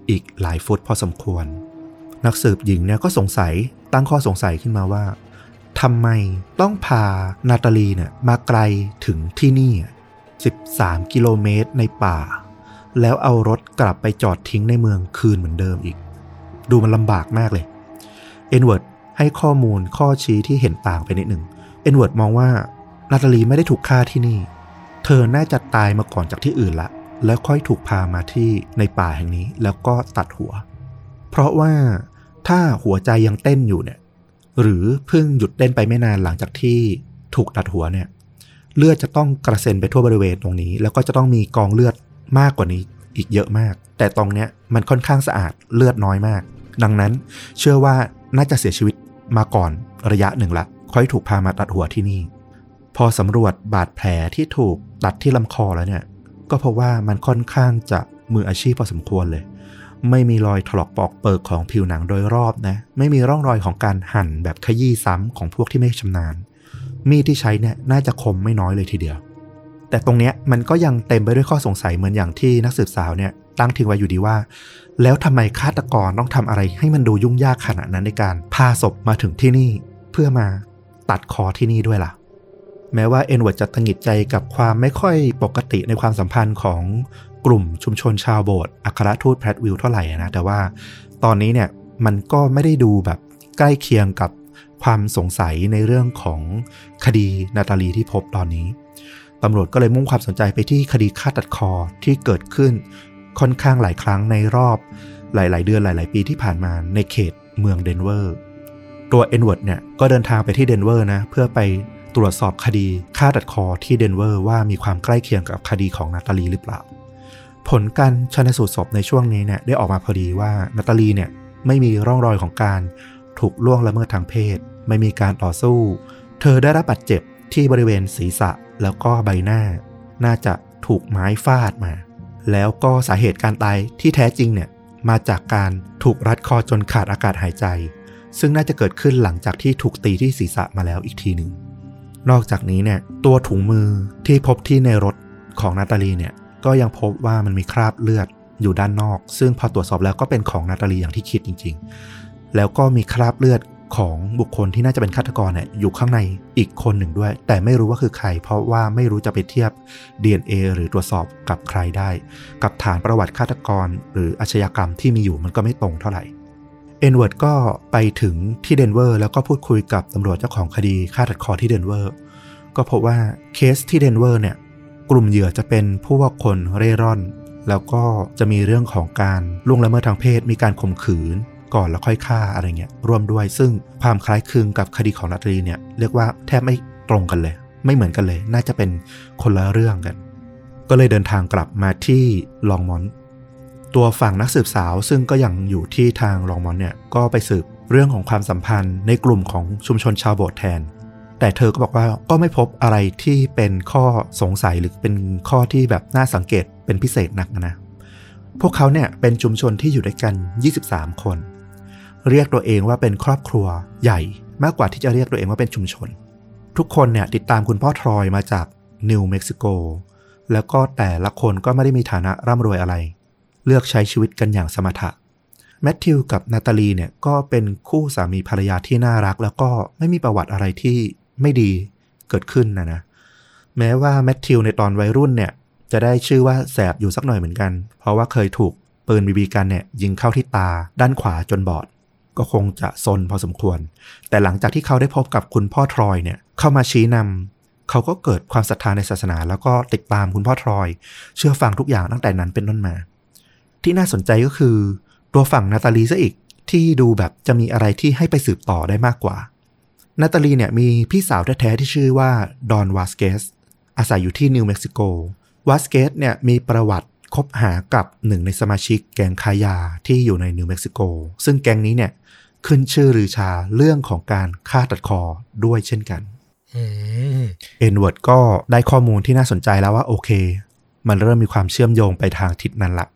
อีกหลายฟุตพอสมควรนักสืบหญิงเนี่ยก็สงสัยตั้งข้อสงสัยขึ้นมาว่าทำไมต้องพานาตาลีเนี่ยมาไกลถึงที่นี่สิบสามกิโลเมตรในป่าแล้วเอารถกลับไปจอดทิ้งในเมืองคืนเหมือนเดิมอีกดูมันลำบากมากเลยเอ็นเวิร์ดให้ข้อมูลข้อชี้ที่เห็นต่างไปนิดหนึ่งเอ็นเวิร์ดมองว่านาตาลีไม่ได้ถูกฆ่าที่นี่เธอน่าจะตายมาก่อนจากที่อื่นละแล้วค่อยถูกพามาที่ในป่าแห่งนี้แล้วก็ตัดหัวเพราะว่าถ้าหัวใจยังเต้นอยู่เนี่ยหรือเพิ่งหยุดเต้นไปไม่นานหลังจากที่ถูกตัดหัวเนี่ยเลือดจะต้องกระเซ็นไปทั่วบริเวณตรงนี้แล้วก็จะต้องมีกองเลือดมากกว่านี้อีกเยอะมากแต่ตรงเนี้ยมันค่อนข้างสะอาดเลือดน้อยมากดังนั้นเชื่อว่าน่าจะเสียชีวิตมาก่อนระยะหนึ่งละค่อยถูกพามาตัดหัวที่นี่พอสำรวจบาดแผลที่ถูกตัดที่ลำคอแล้วเนี่ยก็เพราะว่ามันค่อนข้างจะมืออาชีพพอสมควรเลยไม่มีรอยถลอกปอกเปิกของผิวหนังโดยรอบนะไม่มีร่องรอยของการหั่นแบบขยี้ซ้ำของพวกที่ไม่ชำนาญมีดที่ใช้เนี่ยน่าจะคมไม่น้อยเลยทีเดียวแต่ตรงเนี้ยมันก็ยังเต็มไปด้วยข้อสงสัยเหมือนอย่างที่นักสืบสาวเนี่ยตั้งทิ้งไว้อยู่ดีว่าแล้วทำไมฆาตกรต้องทำอะไรให้มันดูยุ่งยากขนาดนั้นในการพาศพมาถึงที่นี่เพื่อมาตัดคอที่นี่ด้วยล่ะแม้ว่าเอ็นเวิร์ดจะตังหิดใจกับความไม่ค่อยปกติในความสัมพันธ์ของกลุ่มชุมชนชาวโบสถ์อัครทูตแพทวิลเท่าไหร่นะแต่ว่าตอนนี้เนี่ยมันก็ไม่ได้ดูแบบใกล้เคียงกับความสงสัยในเรื่องของคดีนาตาลีที่พบตอนนี้ตำรวจก็เลยมุ่งความสนใจไปที่คดีฆ่าตัดคอที่เกิดขึ้นค่อนข้างหลายครั้งในรอบหลายๆเดือนหลายๆปีที่ผ่านมาในเขตเมืองเดนเวอร์ตัวเอ็นเวิร์ดเนี่ยก็เดินทางไปที่เดนเวอร์นะเพื่อไปตรวจสอบคดีฆ่าตัดคอที่เดนเวอร์ว่ามีความใกล้เคียงกับคดีของนาตาลีหรือเปล่าผลการชันสูตรศพในช่วงนี้เนี่ยได้ออกมาพอดีว่านาตาลีเนี่ยไม่มีร่องรอยของการถูกล่วงละเมิดทางเพศไม่มีการต่อสู้เธอได้รับบาดเจ็บที่บริเวณศีรษะแล้วก็ใบหน้าน่าจะถูกไม้ฟาดมาแล้วก็สาเหตุการตายที่แท้จริงเนี่ยมาจากการถูกรัดคอจนขาดอากาศหายใจซึ่งน่าจะเกิดขึ้นหลังจากที่ถูกตีที่ศีรษะมาแล้วอีกทีหนึ่งนอกจากนี้เนี่ยตัวถุงมือที่พบที่ในรถของนาตาลีเนี่ยก็ยังพบว่ามันมีคราบเลือดอยู่ด้านนอกซึ่งพอตรวจสอบแล้วก็เป็นของนาตาลีอย่างที่คิดจริงๆแล้วก็มีคราบเลือดของบุคคลที่น่าจะเป็นฆาตกรเนี่ยอยู่ข้างในอีกคนหนึ่งด้วยแต่ไม่รู้ว่าคือใครเพราะว่าไม่รู้จะไปเทียบ ดี เอ็น เอ หรือตรวจสอบกับใครได้กับฐานประวัติฆาตกรหรืออาชญากรรมที่มีอยู่มันก็ไม่ตรงเท่าไหร่เอ็นเวิร์ดก็ไปถึงที่เดนเวอร์แล้วก็พูดคุยกับตำรวจเจ้าของคดีฆ่าตัดคอที่เดนเวอร์ก็พบว่าเคสที่เดนเวอร์เนี่ยกลุ่มเหยื่อจะเป็นพวกคนเร่ร่อนแล้วก็จะมีเรื่องของการล่วงละเมิดทางเพศมีการข่มขืนก่อนแล้วค่อยฆ่าอะไรเงี้ยร่วมด้วยซึ่งความคล้ายคลึงกับคดีของนาตาลีเนี่ยเรียกว่าแทบไม่ตรงกันเลยไม่เหมือนกันเลยน่าจะเป็นคนละเรื่องกันก็เลยเดินทางกลับมาที่ลองมอนต์ตัวฝั่งนักสืบสาวซึ่งก็ยังอยู่ที่ทางลองมอนต์เนี่ยก็ไปสืบเรื่องของความสัมพันธ์ในกลุ่มของชุมชนชาวโบสถ์แทนแต่เธอก็บอกว่าก็ไม่พบอะไรที่เป็นข้อสงสัยหรือเป็นข้อที่แบบน่าสังเกตเป็นพิเศษนักนะพวกเขาเนี่ยเป็นชุมชนที่อยู่ด้วยกันยี่สิบสามคนเรียกตัวเองว่าเป็นครอบครัวใหญ่มากกว่าที่จะเรียกตัวเองว่าเป็นชุมชนทุกคนเนี่ยติดตามคุณพ่อทรอยมาจากนิวเม็กซิโกแล้วก็แต่ละคนก็ไม่ได้มีฐานะร่ำรวยอะไรเลือกใช้ชีวิตกันอย่างสมถะแมทธิวกับนาตาลีเนี่ยก็เป็นคู่สามีภรรยาที่น่ารักแล้วก็ไม่มีประวัติอะไรที่ไม่ดีเกิดขึ้นนะนะแม้ว่าแมทธิวในตอนวัยรุ่นเนี่ยจะได้ชื่อว่าแสบอยู่สักหน่อยเหมือนกันเพราะว่าเคยถูกปืนบีบีกันเนี่ยยิงเข้าที่ตาด้านขวาจนบอดก็คงจะซนพอสมควรแต่หลังจากที่เขาได้พบกับคุณพ่อทรอยเนี่ยเข้ามาชี้นำเขาก็เกิดความศรัทธาในศาสนาแล้วก็ติดตามคุณพ่อทรอยเชื่อฟังทุกอย่างตั้งแต่นั้นเป็นต้นมาที่น่าสนใจก็คือตัวฝั่งนาตาลีซะอีกที่ดูแบบจะมีอะไรที่ให้ไปสืบต่อได้มากกว่านาตาลีเนี่ยมีพี่สาวแท้ๆที่ชื่อว่าดอนวาสเกสอาศัยอยู่ที่นิวเม็กซิโกวาสเกสเนี่ยมีประวัติคบหากับหนึ่งในสมาชิกแก๊งค้ายาที่อยู่ในนิวเม็กซิโกซึ่งแก๊งนี้เนี่ยขึ้นชื่อลือชาเรื่องของการฆ่าตัดคอด้วยเช่นกันเอ็นเวิร์ดก็ได้ข้อมูลที่น่าสนใจแล้วว่าโอเคมันเริ่มมีความเชื่อมโยงไปทางทิศนั้นละ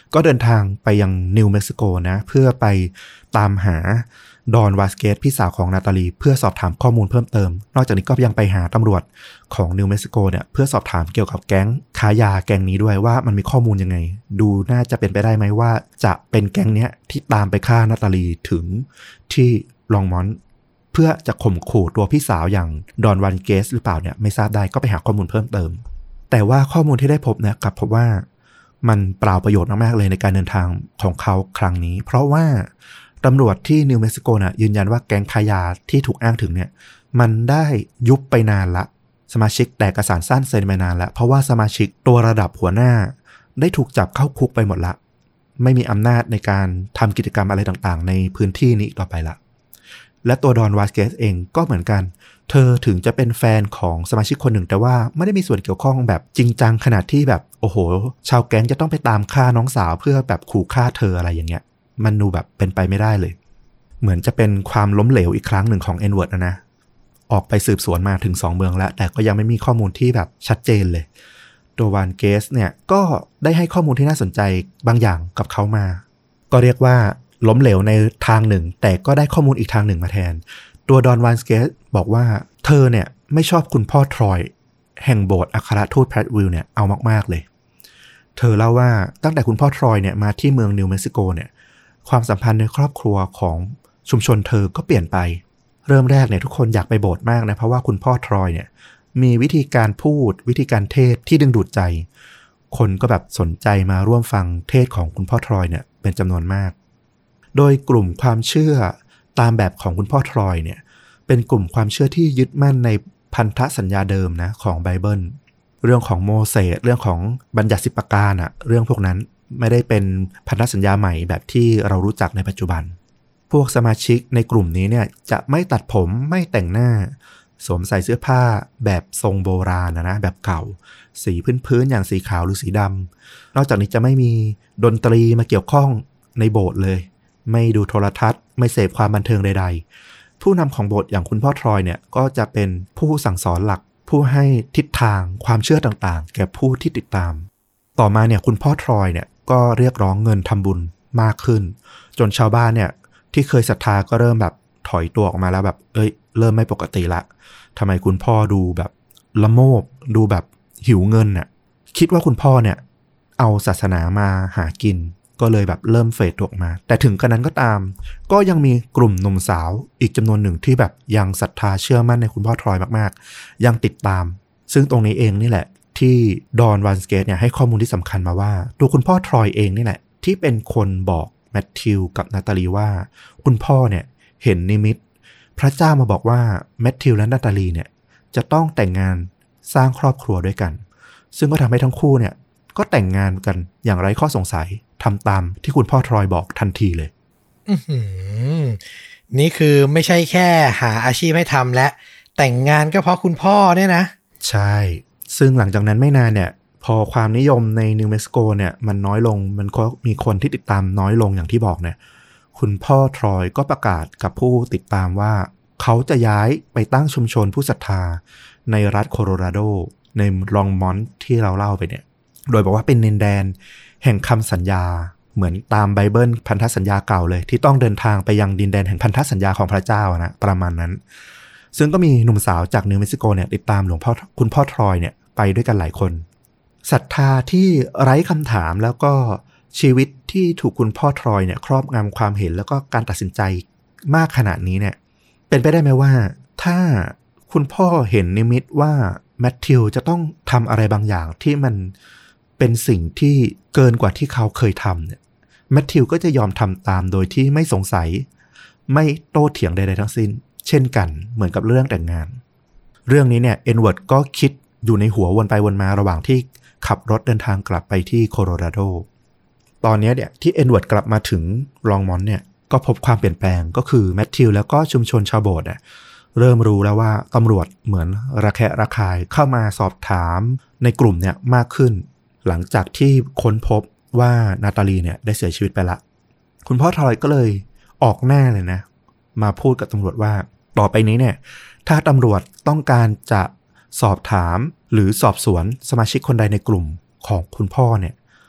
ก็เดินทางไปยังนิวเม็กซิโกนะเพื่อไปตามหาดอนวาสเกสพี่สาวของนาตาลีเพื่อสอบถามข้อมูลเพิ่มเติมนอกจากนี้ก็ยังไปหาตำรวจของนิวเม็กซิโกเนี่ยเพื่อสอบถามเกี่ยวกับแก๊งค้ายาแก๊งนี้ด้วยว่ามันมีข้อมูลยังไงดูน่าจะเป็นไปได้ไหมว่าจะเป็นแก๊งเนี้ยที่ตามไปฆ่านาตาลีถึงที่ลองมอนต์เพื่อจะข่มขู่ตัวพี่สาวอย่างดอนวาสเกสหรือเปล่าเนี่ยไม่ทราบได้ก็ไปหาข้อมูลเพิ่มเติมแต่ว่าข้อมูลที่ได้พบเนี่ยกลับพบว่ามันเปล่าประโยชน์มากๆเลยในการเดินทางของเขาครั้งนี้เพราะว่าตำรวจที่นิวเม็กซิโกน่ะยืนยันว่าแก๊งค้ายาที่ถูกอ้างถึงเนี่ยมันได้ยุบไปนานละสมาชิกแตกกระสานสั้นเซนไปนานละเพราะว่าสมาชิกตัวระดับหัวหน้าได้ถูกจับเข้าคุกไปหมดละไม่มีอำนาจในการทำกิจกรรมอะไรต่างๆในพื้นที่นี้ต่อไปละและตัวดอนวาสเกสเองก็เหมือนกันเธอถึงจะเป็นแฟนของสมาชิกคนหนึ่งแต่ว่าไม่ได้มีส่วนเกี่ยวข้องแบบจริงจังขนาดที่แบบโอ้โหชาวแก๊งจะต้องไปตามฆ่าน้องสาวเพื่อแบบขู่ฆ่าเธออะไรอย่างเงี้ยมันดูแบบเป็นไปไม่ได้เลยเหมือนจะเป็นความล้มเหลวอีกครั้งหนึ่งของเอ็นเวิร์ดนะนะออกไปสืบสวนมาถึงสองเมืองแล้วแต่ก็ยังไม่มีข้อมูลที่แบบชัดเจนเลยตัววานเกสเนี่ยก็ได้ให้ข้อมูลที่น่าสนใจบางอย่างกับเขามาก็เรียกว่าล้มเหลวในทางหนึ่งแต่ก็ได้ข้อมูลอีกทางหนึ่งมาแทนตัวดอนวานเกสบอกว่าเธอเนี่ยไม่ชอบคุณพ่อทรอยแห่งโบสถ์อัครทูตแพทวิลเนี่ยเอามากๆเลยเธอเล่าว่าตั้งแต่คุณพ่อทรอยเนี่ยมาที่เมืองนิวเม็กซิโกเนี่ยความสัมพันธ์ในครอบครัวของชุมชนเธอก็เปลี่ยนไปเริ่มแรกเนี่ยทุกคนอยากไปโบสถ์มากนะเพราะว่าคุณพ่อทรอยเนี่ยมีวิธีการพูดวิธีการเทศที่ดึงดูดใจคนก็แบบสนใจมาร่วมฟังเทศของคุณพ่อทรอยเนี่ยเป็นจำนวนมากโดยกลุ่มความเชื่อตามแบบของคุณพ่อทรอยเนี่ยเป็นกลุ่มความเชื่อที่ยึดมั่นในพันธสัญญาเดิมนะของไบเบิลเรื่องของโมเสสเรื่องของบัญญัติสิบประการอะเรื่องพวกนั้นไม่ได้เป็นพันธสัญญาใหม่แบบที่เรารู้จักในปัจจุบันพวกสมาชิกในกลุ่มนี้เนี่ยจะไม่ตัดผมไม่แต่งหน้าสวมใส่เสื้อผ้าแบบทรงโบราณนะนะแบบเก่าสีพื้นๆอย่างสีขาวหรือสีดำนอกจากนี้จะไม่มีดนตรีมาเกี่ยวข้องในโบสถ์เลยไม่ดูโทรทัศน์ไม่เสพความบันเทิงใดๆผู้นำของโบสถ์อย่างคุณพ่อทรอยเนี่ยก็จะเป็นผู้สั่งสอนหลักผู้ให้ทิศทางความเชื่อต่างๆแก่ผู้ที่ติดตามต่อมาเนี่ยคุณพ่อทรอยเนี่ยก็เรียกร้องเงินทำบุญมากขึ้นจนชาวบ้านเนี่ยที่เคยศรัทธาก็เริ่มแบบถอยตัวออกมาแล้วแบบเอ้ยเริ่มไม่ปกติละทำไมคุณพ่อดูแบบละโมบดูแบบหิวเงินน่ะคิดว่าคุณพ่อเนี่ยเอาศาสนามาหากินก็เลยแบบเริ่มเฟดตัวออกมาแต่ถึงกระนั้นก็ตามก็ยังมีกลุ่มหนุ่มสาวอีกจำนวนหนึ่งที่แบบยังศรัทธาเชื่อมั่นในคุณพ่อทรอยมากๆยังติดตามซึ่งตรงนี้เองนี่แหละที่ดอนวานสเกตเนี่ยให้ข้อมูลที่สำคัญมาว่าตัวคุณพ่อทรอยเองนี่แหละที่เป็นคนบอกแมทธิวกับนาตาลีว่าคุณพ่อเนี่ยเห็นนิมิตพระเจ้ามาบอกว่าแมทธิวและนาตาลีเนี่ยจะต้องแต่งงานสร้างครอบครัวด้วยกันซึ่งก็ทำให้ทั้งคู่เนี่ยก็แต่งงานกันอย่างไร้ข้อสงสัยทำตามที่คุณพ่อทรอยบอกทันทีเลย
อื้อหือนี่คือไม่ใช่แค่หาอาชีพให้ทำและแต่งงานก็เพราะคุณพ่อเนี่ยนะ
ใช่ซึ่งหลังจากนั้นไม่นานเนี่ยพอความนิยมในนิวเม็กซิโกเนี่ยมันน้อยลงมันก็มีคนที่ติดตามน้อยลงอย่างที่บอกเนี่ยคุณพ่อทรอยก็ประกาศกับผู้ติดตามว่าเขาจะย้ายไปตั้งชุมชนผู้ศรัทธาในรัฐโคโลราโดในลองมอนต์ที่เราเล่าไปเนี่ยโดยบอกว่าเป็นดินแดนแห่งคำสัญญาเหมือนตามไบเบิลพันธสัญญาเก่าเลยที่ต้องเดินทางไปยังดินแดนแห่งพันธสัญญาของพระเจ้านะประมาณนั้นซึ่งก็มีหนุ่มสาวจากนิวเม็กซิโกเนี่ยติดตามหลวงพ่อคุณพ่อทรอยเนี่ยไปด้วยกันหลายคนศรัทธาที่ไร้คำถามแล้วก็ชีวิตที่ถูกคุณพ่อทรอยเนี่ยครอบงำความเห็นแล้วก็การตัดสินใจมากขนาดนี้เนี่ยเป็นไปได้ไหมว่าถ้าคุณพ่อเห็นนิมิตว่าแมทธิวจะต้องทำอะไรบางอย่างที่มันเป็นสิ่งที่เกินกว่าที่เขาเคยทำเนี่ยแมทธิวก็จะยอมทำตามโดยที่ไม่สงสัยไม่โต้เถียงใดๆทั้งสิ้นเช่นกันเหมือนกับเรื่องแต่งงานเรื่องนี้เนี่ยเอ็นเวิร์ดก็คิดอยู่ในหัววนไปวนมาระหว่างที่ขับรถเดินทางกลับไปที่โคโลราโดตอนนี้เนี่ยที่เอ็นเวิร์ดกลับมาถึงลองมอนต์เนี่ยก็พบความเปลี่ยนแปลงก็คือแมทธิวแล้วก็ชุมชนชาวโบสถ์เนี่ยเริ่มรู้แล้วว่าตำรวจเหมือนระแคะระคายเข้ามาสอบถามในกลุ่มเนี่ยมากขึ้นหลังจากที่ค้นพบว่านาตาลีเนี่ยได้เสียชีวิตไปละคุณพ่อทรอยก็เลยออกหน้าเลยนะมาพูดกับตำรวจว่าต่อไปนี้เนี่ยถ้าตำรวจต้องการจะสอบถามหรือสอบสวนสมาชิกคนใดในกลุ่มของคุณพ่อเนี่ย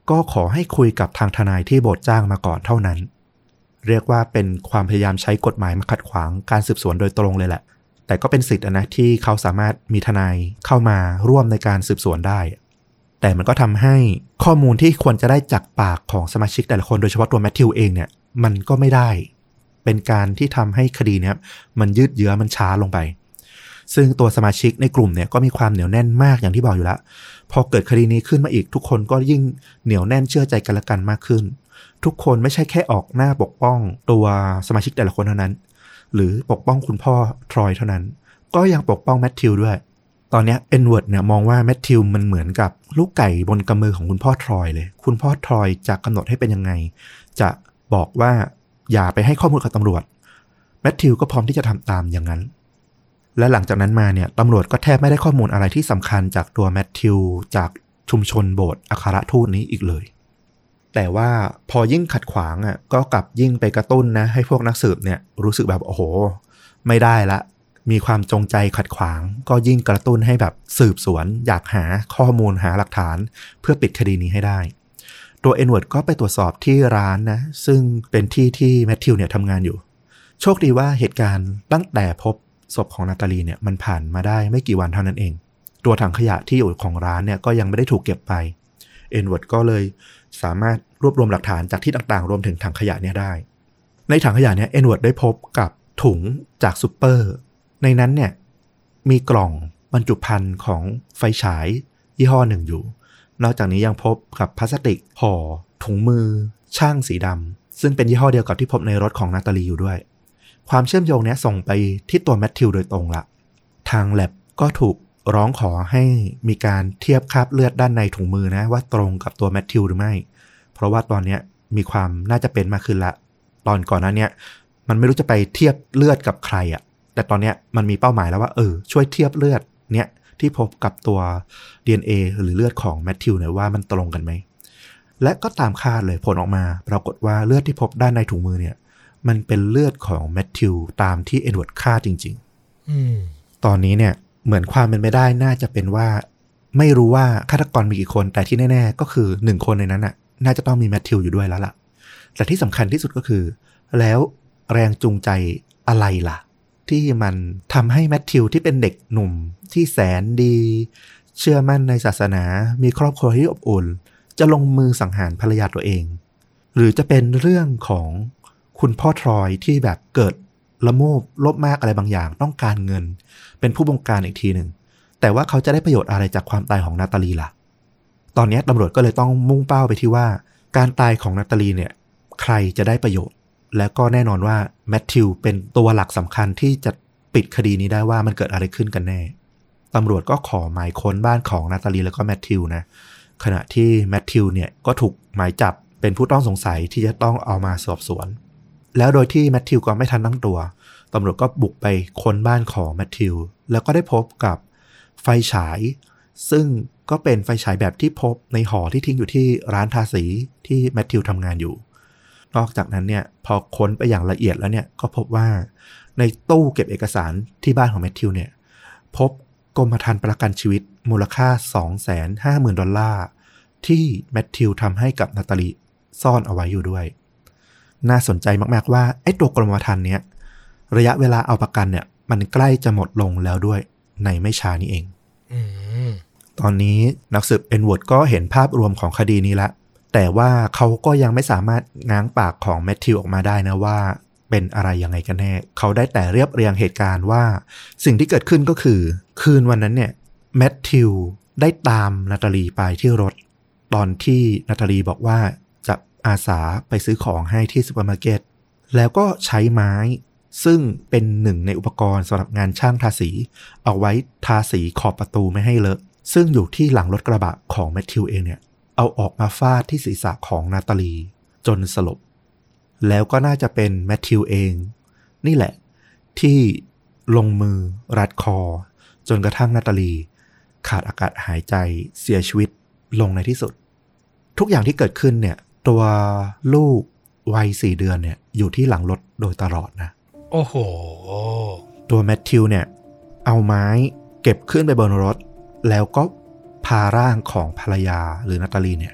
ก็ขอให้คุยกับทางทนายที่โบสถ์จ้างมาก่อนเท่านั้นเรียกว่าเป็นความพยายามใช้กฎหมายมาขัดขวางการสืบสวนโดยตรงเลยแหละแต่ก็เป็นสิทธิ์นะที่เขาสามารถมีทนายเข้ามาร่วมในการสืบสวนได้แต่มันก็ทำให้ข้อมูลที่ควรจะได้จากปากของสมาชิกแต่ละคนโดยเฉพาะตัวแมทธิวเองเนี่ยมันก็ไม่ได้เป็นการที่ทำให้คดีเนี้ยมันยืดเยื้อมันช้าลงไปซึ่งตัวสมาชิกในกลุ่มเนี่ยก็มีความเหนียวแน่นมากอย่างที่บอกอยู่แล้วพอเกิดคดีนี้ขึ้นมาอีกทุกคนก็ยิ่งเหนียวแน่นเชื่อใจกันละกันมากขึ้นทุกคนไม่ใช่แค่ออกหน้าปกป้องตัวสมาชิกแต่ละคนเท่านั้นหรือปกป้องคุณพ่อทรอยเท่านั้นก็ยังปกป้องแมทธิวด้วยตอนนี้เอ็นเวิร์ดเนี่ยมองว่าแมทธิวมันเหมือนกับลูกไก่บนกำมือของคุณพ่อทรอยเลยคุณพ่อทรอยจะกำหนดให้เป็นยังไงจะบอกว่าอย่าไปให้ข้อมูลกับตำรวจแมทธิวก็พร้อมที่จะทำตามอย่างนั้นและหลังจากนั้นมาเนี่ยตำรวจก็แทบไม่ได้ข้อมูลอะไรที่สำคัญจากตัวแมทธิวจากชุมชนโบสถ์อัครทูตนี้อีกเลยแต่ว่าพอยิ่งขัดขวางอ่ะก็กลับยิ่งไปกระตุ้นนะให้พวกนักสืบเนี่ยรู้สึกแบบโอ้โหไม่ได้ละมีความจงใจขัดขวางก็ยิ่งกระตุ้นให้แบบสืบสวนอยากหาข้อมูลหาหลักฐานเพื่อปิดคดีนี้ให้ได้ตัวเอ็นเวิร์ดก็ไปตรวจสอบที่ร้านนะซึ่งเป็นที่ที่แมทธิวเนี่ยทำงานอยู่โชคดีว่าเหตุการณ์ตั้งแต่พบศพของนาตาลีเนี่ยมันผ่านมาได้ไม่กี่วันเท่านั้นเองตัวถังขยะที่อยู่ของร้านเนี่ยก็ยังไม่ได้ถูกเก็บไปเอ็นเวิร์ดก็เลยสามารถรวบรวมหลักฐานจากที่ต่างๆรวมถึงถังขยะเนี่ยได้ในถังขยะเนี่ยเอ็นเวิร์ดได้พบกับถุงจากซูเปอร์ในนั้นเนี่ยมีกล่องบรรจุภัณฑ์ของไฟฉายยี่ห้อหนึ่งอยู่นอกจากนี้ยังพบกับพลาสติกห่อถุงมือช่างสีดำซึ่งเป็นยี่ห้อเดียวกับที่พบในรถของนาตาลีอยู่ด้วยความเชื่อมโยงนี้ส่งไปที่ตัวแมทธิวโดยตรงละทางแลบก็ถูกร้องขอให้มีการเทียบคราบเลือดด้านในถุงมือนะว่าตรงกับตัวแมทธิวหรือไม่เพราะว่าตอนนี้มีความน่าจะเป็นมากขึ้นละตอนก่อนหน้านี้มันไม่รู้จะไปเทียบเลือดกับใครอะแต่ตอนนี้มันมีเป้าหมายแล้วว่าเออช่วยเทียบเลือดเนี้ยที่พบกับตัว ดี เอ็น เอ หรือเลือดของแมทธิวเนี่ยว่ามันตรงกันไหมและก็ตามคาดเลยผลออกมาปรากฏว่าเลือดที่พบด้านในถุงมือเนี่ยมันเป็นเลือดของแมทธิวตามที่เอ็ดเวิร์ดคาดจริงๆอืมตอนนี้เนี่ยเหมือนความเป็นไปได้น่าจะเป็นว่าไม่รู้ว่าฆาตกรมีกี่คนแต่ที่แน่ๆก็คือหนึ่งคนในนั้นน่ะน่าจะต้องมีแมทธิวอยู่ด้วยแล้วล่ะแต่ที่สำคัญที่สุดก็คือแล้วแรงจูงใจอะไรล่ะที่มันทำให้แมทธิวที่เป็นเด็กหนุ่มที่แสนดีเชื่อมั่นในศาสนามีครอบครัวที่อบอุ่นจะลงมือสังหารภรรยาตัวเองหรือจะเป็นเรื่องของคุณพ่อทรอยที่แบบเกิดละโมบโลภมากอะไรบางอย่างต้องการเงินเป็นผู้บงการอีกทีหนึ่งแต่ว่าเขาจะได้ประโยชน์อะไรจากความตายของนาตาลีล่ะตอนนี้ตำรวจก็เลยต้องมุ่งเป้าไปที่ว่าการตายของนาตาลีเนี่ยใครจะได้ประโยชน์และก็แน่นอนว่าแมทธิวเป็นตัวหลักสำคัญที่จะปิดคดีนี้ได้ว่ามันเกิดอะไรขึ้นกันแน่ตำรวจก็ขอหมายค้นบ้านของนาตาลีแล้วก็แมทธิวนะขณะที่แมทธิวเนี่ยก็ถูกหมายจับเป็นผู้ต้องสงสัยที่จะต้องเอามาสอบสวนแล้วโดยที่แมทธิวก็ไม่ทันตั้งตัวตำรวจก็บุกไปค้นบ้านของแมทธิวแล้วก็ได้พบกับไฟฉายซึ่งก็เป็นไฟฉายแบบที่พบในห่อที่ทิ้งอยู่ที่ร้านทาสีที่แมทธิวทำงานอยู่นอกจากนั้นเนี่ยพอค้นไปอย่างละเอียดแล้วเนี่ยก็พบว่าในตู้เก็บเอกสารที่บ้านของแมทธิวเนี่ยพบกรมธรรม์ประกันชีวิตมูลค่า สองแสนห้าหมื่น ดอลลาร์ที่แมทธิวทำให้กับนาตาลีซ่อนเอาไว้อยู่ด้วยน่าสนใจมากๆว่าไอ้ตัวกรมธรรม์เนี้ยระยะเวลาเอาประกันเนี่ยมันใกล้จะหมดลงแล้วด้วยในไม่ช้านี้เอง mm. ตอนนี้นักสืบเอ็นเวิร์ดก็เห็นภาพรวมของคดีนี้ละแต่ว่าเขาก็ยังไม่สามารถง้างปากของแมทธิวออกมาได้นะว่าเป็นอะไรยังไงกันแน่เขาได้แต่เรียบเรียงเหตุการณ์ว่าสิ่งที่เกิดขึ้นก็คือคืนวันนั้นเนี่ยแมทธิวได้ตามนาตาลีไปที่รถตอนที่นาตาลีบอกว่าจะอาสาไปซื้อของให้ที่ซูเปอร์มาร์เก็ตแล้วก็ใช้ไม้ซึ่งเป็นหนึ่งในอุปกรณ์สำหรับงานช่างทาสีเอาไว้ทาสีขอบประตูไม่ให้เลอะซึ่งอยู่ที่หลังรถกระบะของแมทธิวเองเนี่ยเอาออกมาฟาดที่ศีรษะของนาตาลีจนสลบแล้วก็น่าจะเป็นแมทธิวเองนี่แหละที่ลงมือรัดคอจนกระทั่งนาตาลีขาดอากาศหายใจเสียชีวิตลงในที่สุดทุกอย่างที่เกิดขึ้นเนี่ยตัวลูกวัยสี่เดือนเนี่ยอยู่ที่หลังรถโดยตลอดนะ
โอ้โห
ตัวแมทธิวเนี่ยเอาไม้เก็บขึ้นไปบนรถแล้วก็พาร่างของภรรยาหรือนาตาลีเนี่ย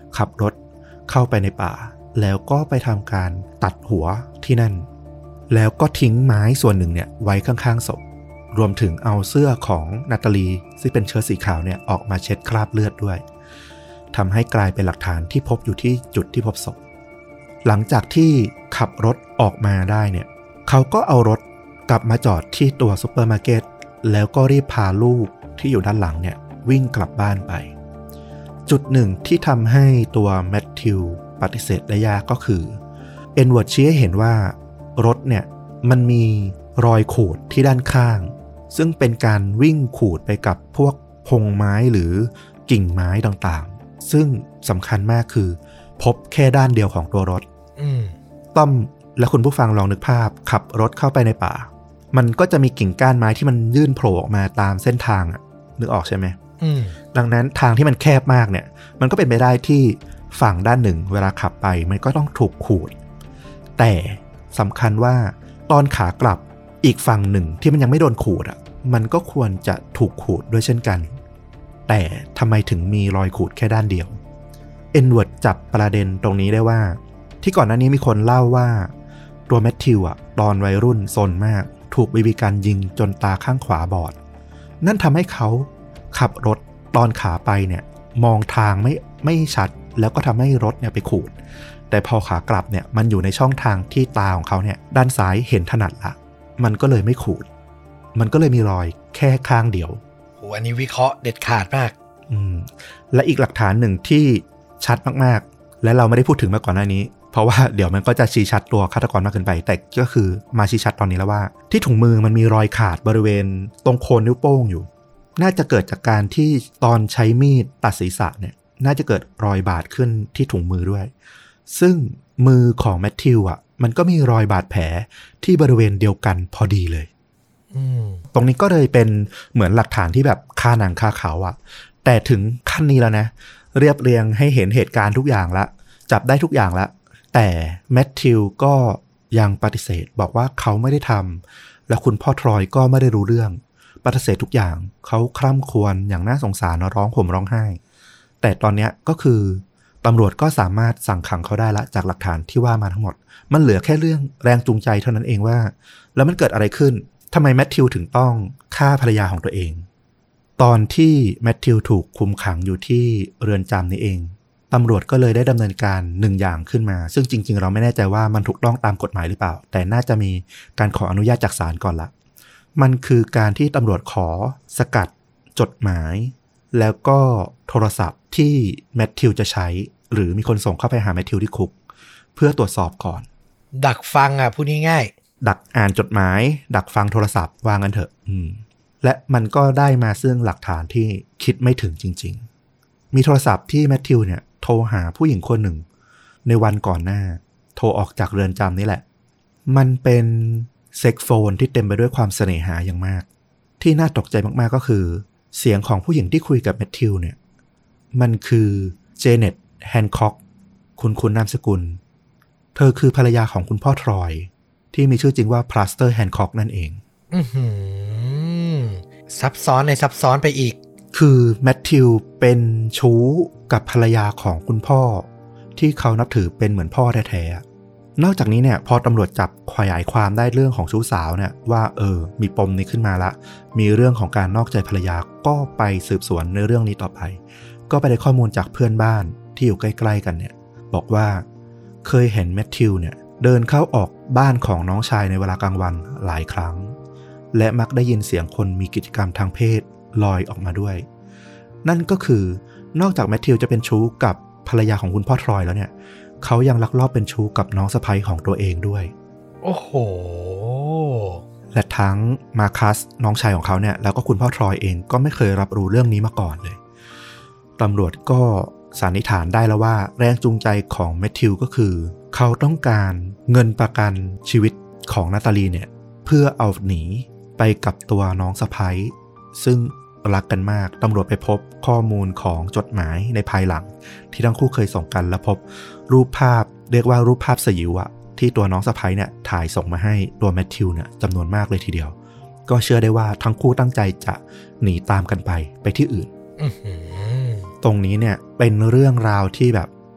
ขับรถเข้าไปในป่าแล้วก็ไปทำการตัดหัวที่นั่นแล้วก็ทิ้งไม้ส่วนหนึ่งเนี่ยไว้ข้างๆศพรวมถึงเอาเสื้อของนาตาลีซึ่งเป็นเชิ้ตสีขาวเนี่ยออกมาเช็ดคราบเลือดด้วยทำให้กลายเป็นหลักฐานที่พบอยู่ที่จุดที่พบศพหลังจากที่ขับรถออกมาได้เนี่ยเขาก็เอารถกลับมาจอดที่ตัวซุปเปอร์มาร์เก็ตแล้วก็รีบพาลูกที่อยู่ด้านหลังเนี่ยวิ่งกลับบ้านไปจุดหนึ่งที่ทำให้ตัวแมทธิวปฏิเสธได้ยากก็คือเอ็นเวิร์ดชี้ให้เห็นว่ารถเนี่ยมันมีรอยขูดที่ด้านข้างซึ่งเป็นการวิ่งขูดไปกับพวกพงไม้หรือกิ่งไม้ต่างๆซึ่งสำคัญมากคือพบแค่ด้านเดียวของตัวรถต้อมและคุณผู้ฟังลองนึกภาพขับรถเข้าไปในป่ามันก็จะมีกิ่งก้านไม้ที่มันยื่นโผล่ออกมาตามเส้นทางอะนึกออกใช่ไหมดังนั้นทางที่มันแคบมากเนี่ยมันก็เป็นไปได้ที่ฝั่งด้านหนึ่งเวลาขับไปมันก็ต้องถูกขูดแต่สำคัญว่าตอนขากลับอีกฝั่งหนึ่งที่มันยังไม่โดนขูดอ่ะมันก็ควรจะถูกขูดด้วยเช่นกันแต่ทำไมถึงมีรอยขูดแค่ด้านเดียวเอ็นเวิร์ดจับประเด็นตรงนี้ได้ว่าที่ก่อนหน้านี้มีคนเล่าว่าตัวแมทธิวอ่ะตอนวัยรุ่นซนมากถูกบีบีกันยิงจนตาข้างขวาบอดนั่นทำให้เขาขับรถตอนขาไปเนี่ยมองทางไม่ไม่ชัดแล้วก็ทำให้รถเนี่ยไปขูดแต่พอขากลับเนี่ยมันอยู่ในช่องทางที่ตาของเขาเนี่ยด้านซ้ายเห็นถนัดละมันก็เลยไม่ขูดมันก็เลยมีรอยแค่ข้างเดียว
โหอันนี้วิเคราะห์เด็ดขาดมาก
อืมและอีกหลักฐานหนึ่งที่ชัดมากๆและเราไม่ได้พูดถึงมาก่อนหน้านี้เพราะว่าเดี๋ยวมันก็จะชี้ชัดตัวฆาตกรมากเกินไปแต่ก็คือมาชี้ชัดตอนนี้แล้วว่าที่ถุงมือมันมีรอยขาดบริเวณตรงโคนนิ้วโป้งอยู่น่าจะเกิดจากการที่ตอนใช้มีดตัดศีรษะเนี่ยน่าจะเกิดรอยบาดขึ้นที่ถุงมือด้วยซึ่งมือของแมทธิวอ่ะมันก็มีรอยบาดแผลที่บริเวณเดียวกันพอดีเลยตรงนี้ก็เลยเป็นเหมือนหลักฐานที่แบบคาหนังคาเขาอ่ะแต่ถึงขั้นนี้แล้วนะเรียบเรียงให้เห็นเหตุการณ์ทุกอย่างละจับได้ทุกอย่างละแต่แมทธิวก็ยังปฏิเสธบอกว่าเขาไม่ได้ทำและคุณพ่อทรอยก็ไม่ได้รู้เรื่องปฏิเสธทุกอย่างเขาคร่ำครวญอย่างน่าสงสารร้องห่มร้องไห้แต่ตอนนี้ก็คือตำรวจก็สามารถสั่งขังเขาได้ละจากหลักฐานที่ว่ามาทั้งหมดมันเหลือแค่เรื่องแรงจูงใจเท่านั้นเองว่าแล้วมันเกิดอะไรขึ้นทำไมแมทธิวถึงต้องฆ่าภรรยาของตัวเองตอนที่แมทธิวถูกคุมขังอยู่ที่เรือนจำนี้เองตำรวจก็เลยได้ดำเนินการหนึ่งอย่างขึ้นมาซึ่งจริงๆเราไม่แน่ใจว่ามันถูกต้องตามกฎหมายหรือเปล่าแต่น่าจะมีการขออนุญาตจากศาลก่อนละมันคือการที่ตำรวจขอสกัดจดหมายแล้วก็โทรศัพท์ที่แมทธิวจะใช้หรือมีคนส่งเข้าไปหาแมทธิวที่คุกเพื่อตรวจสอบก่อน
ดักฟังอ่ะพูดง่าย
ๆดักอ่านจดหมายดักฟังโทรศัพท์ว่างั้นเถอะอืมและมันก็ได้มาซึ่งหลักฐานที่คิดไม่ถึงจริงๆมีโทรศัพท์ที่แมทธิวเนี่ยโทรหาผู้หญิงคนหนึ่งในวันก่อนหน้าโทรออกจากเรือนจำนี่แหละมันเป็นเซ็กโฟนที่เต็มไปด้วยความเสน่หาอย่างมากที่น่าตกใจมากๆก็คือเสียงของผู้หญิงที่คุยกับแมทธิวเนี่ยมันคือเจเน็ตแฮนค็อกคุณคุณนามสกุลเธอคือภรรยาของคุณพ่อทรอยที่มีชื่อจริงว่าพลาสเตอร์แฮนค็อกนั่นเอง
อื้อหือซับซ้อนในซับซ้อนไปอีก
คือแมทธิวเป็นชู้กับภรรยาของคุณพ่อที่เขานับถือเป็นเหมือนพ่อแท้ๆนอกจากนี้เนี่ยพอตำรวจจับขยายความได้เรื่องของชู้สาวเนี่ยว่าเออมีปมนี้ขึ้นมาละมีเรื่องของการนอกใจภรรยาก็ไปสืบสวนในเรื่องนี้ต่อไปก็ไปได้ข้อมูลจากเพื่อนบ้านที่อยู่ใกล้ๆกันเนี่ยบอกว่าเคยเห็นแมทธิวเนี่ยเดินเข้าออกบ้านของน้องชายในเวลากลางวันหลายครั้งและมักได้ยินเสียงคนมีกิจกรรมทางเพศลอยออกมาด้วยนั่นก็คือนอกจากแมทธิวจะเป็นชู้กับภรรยาของคุณพ่อทรอยแล้วเนี่ยเขายังลักลอบเป็นชู้กับน้องสะใภ้ของตัวเองด้วย
โอ้โห
และทั้งมาคัสน้องชายของเขาเนี่ยแล้วก็คุณพ่อทรอยเองก็ไม่เคยรับรู้เรื่องนี้มาก่อนเลยตำรวจก็สันนิษฐานได้แล้วว่าแรงจูงใจของแมทธิวก็คือเขาต้องการเงินประกันชีวิตของนาตาลีเนี่ยเพื่อเอาหนีไปกับตัวน้องสะใภ้ซึ่งรักกันมากตำรวจไปพบข้อมูลของจดหมายในภายหลังที่ทั้งคู่เคยส่งกันและพบรูปภาพเรียกว่ารูปภาพสยิวอะที่ตัวน้องสะใภ้เนี่ยถ่ายส่งมาให้ตัวแมทธิวเนี่ยจำนวนมากเลยทีเดียวก็เชื่อได้ว่าทั้งคู่ตั้งใจจะหนีตามกันไปไปที่อื่นตรงนี้เนี่ยเป็นเรื่องราวที่แบบ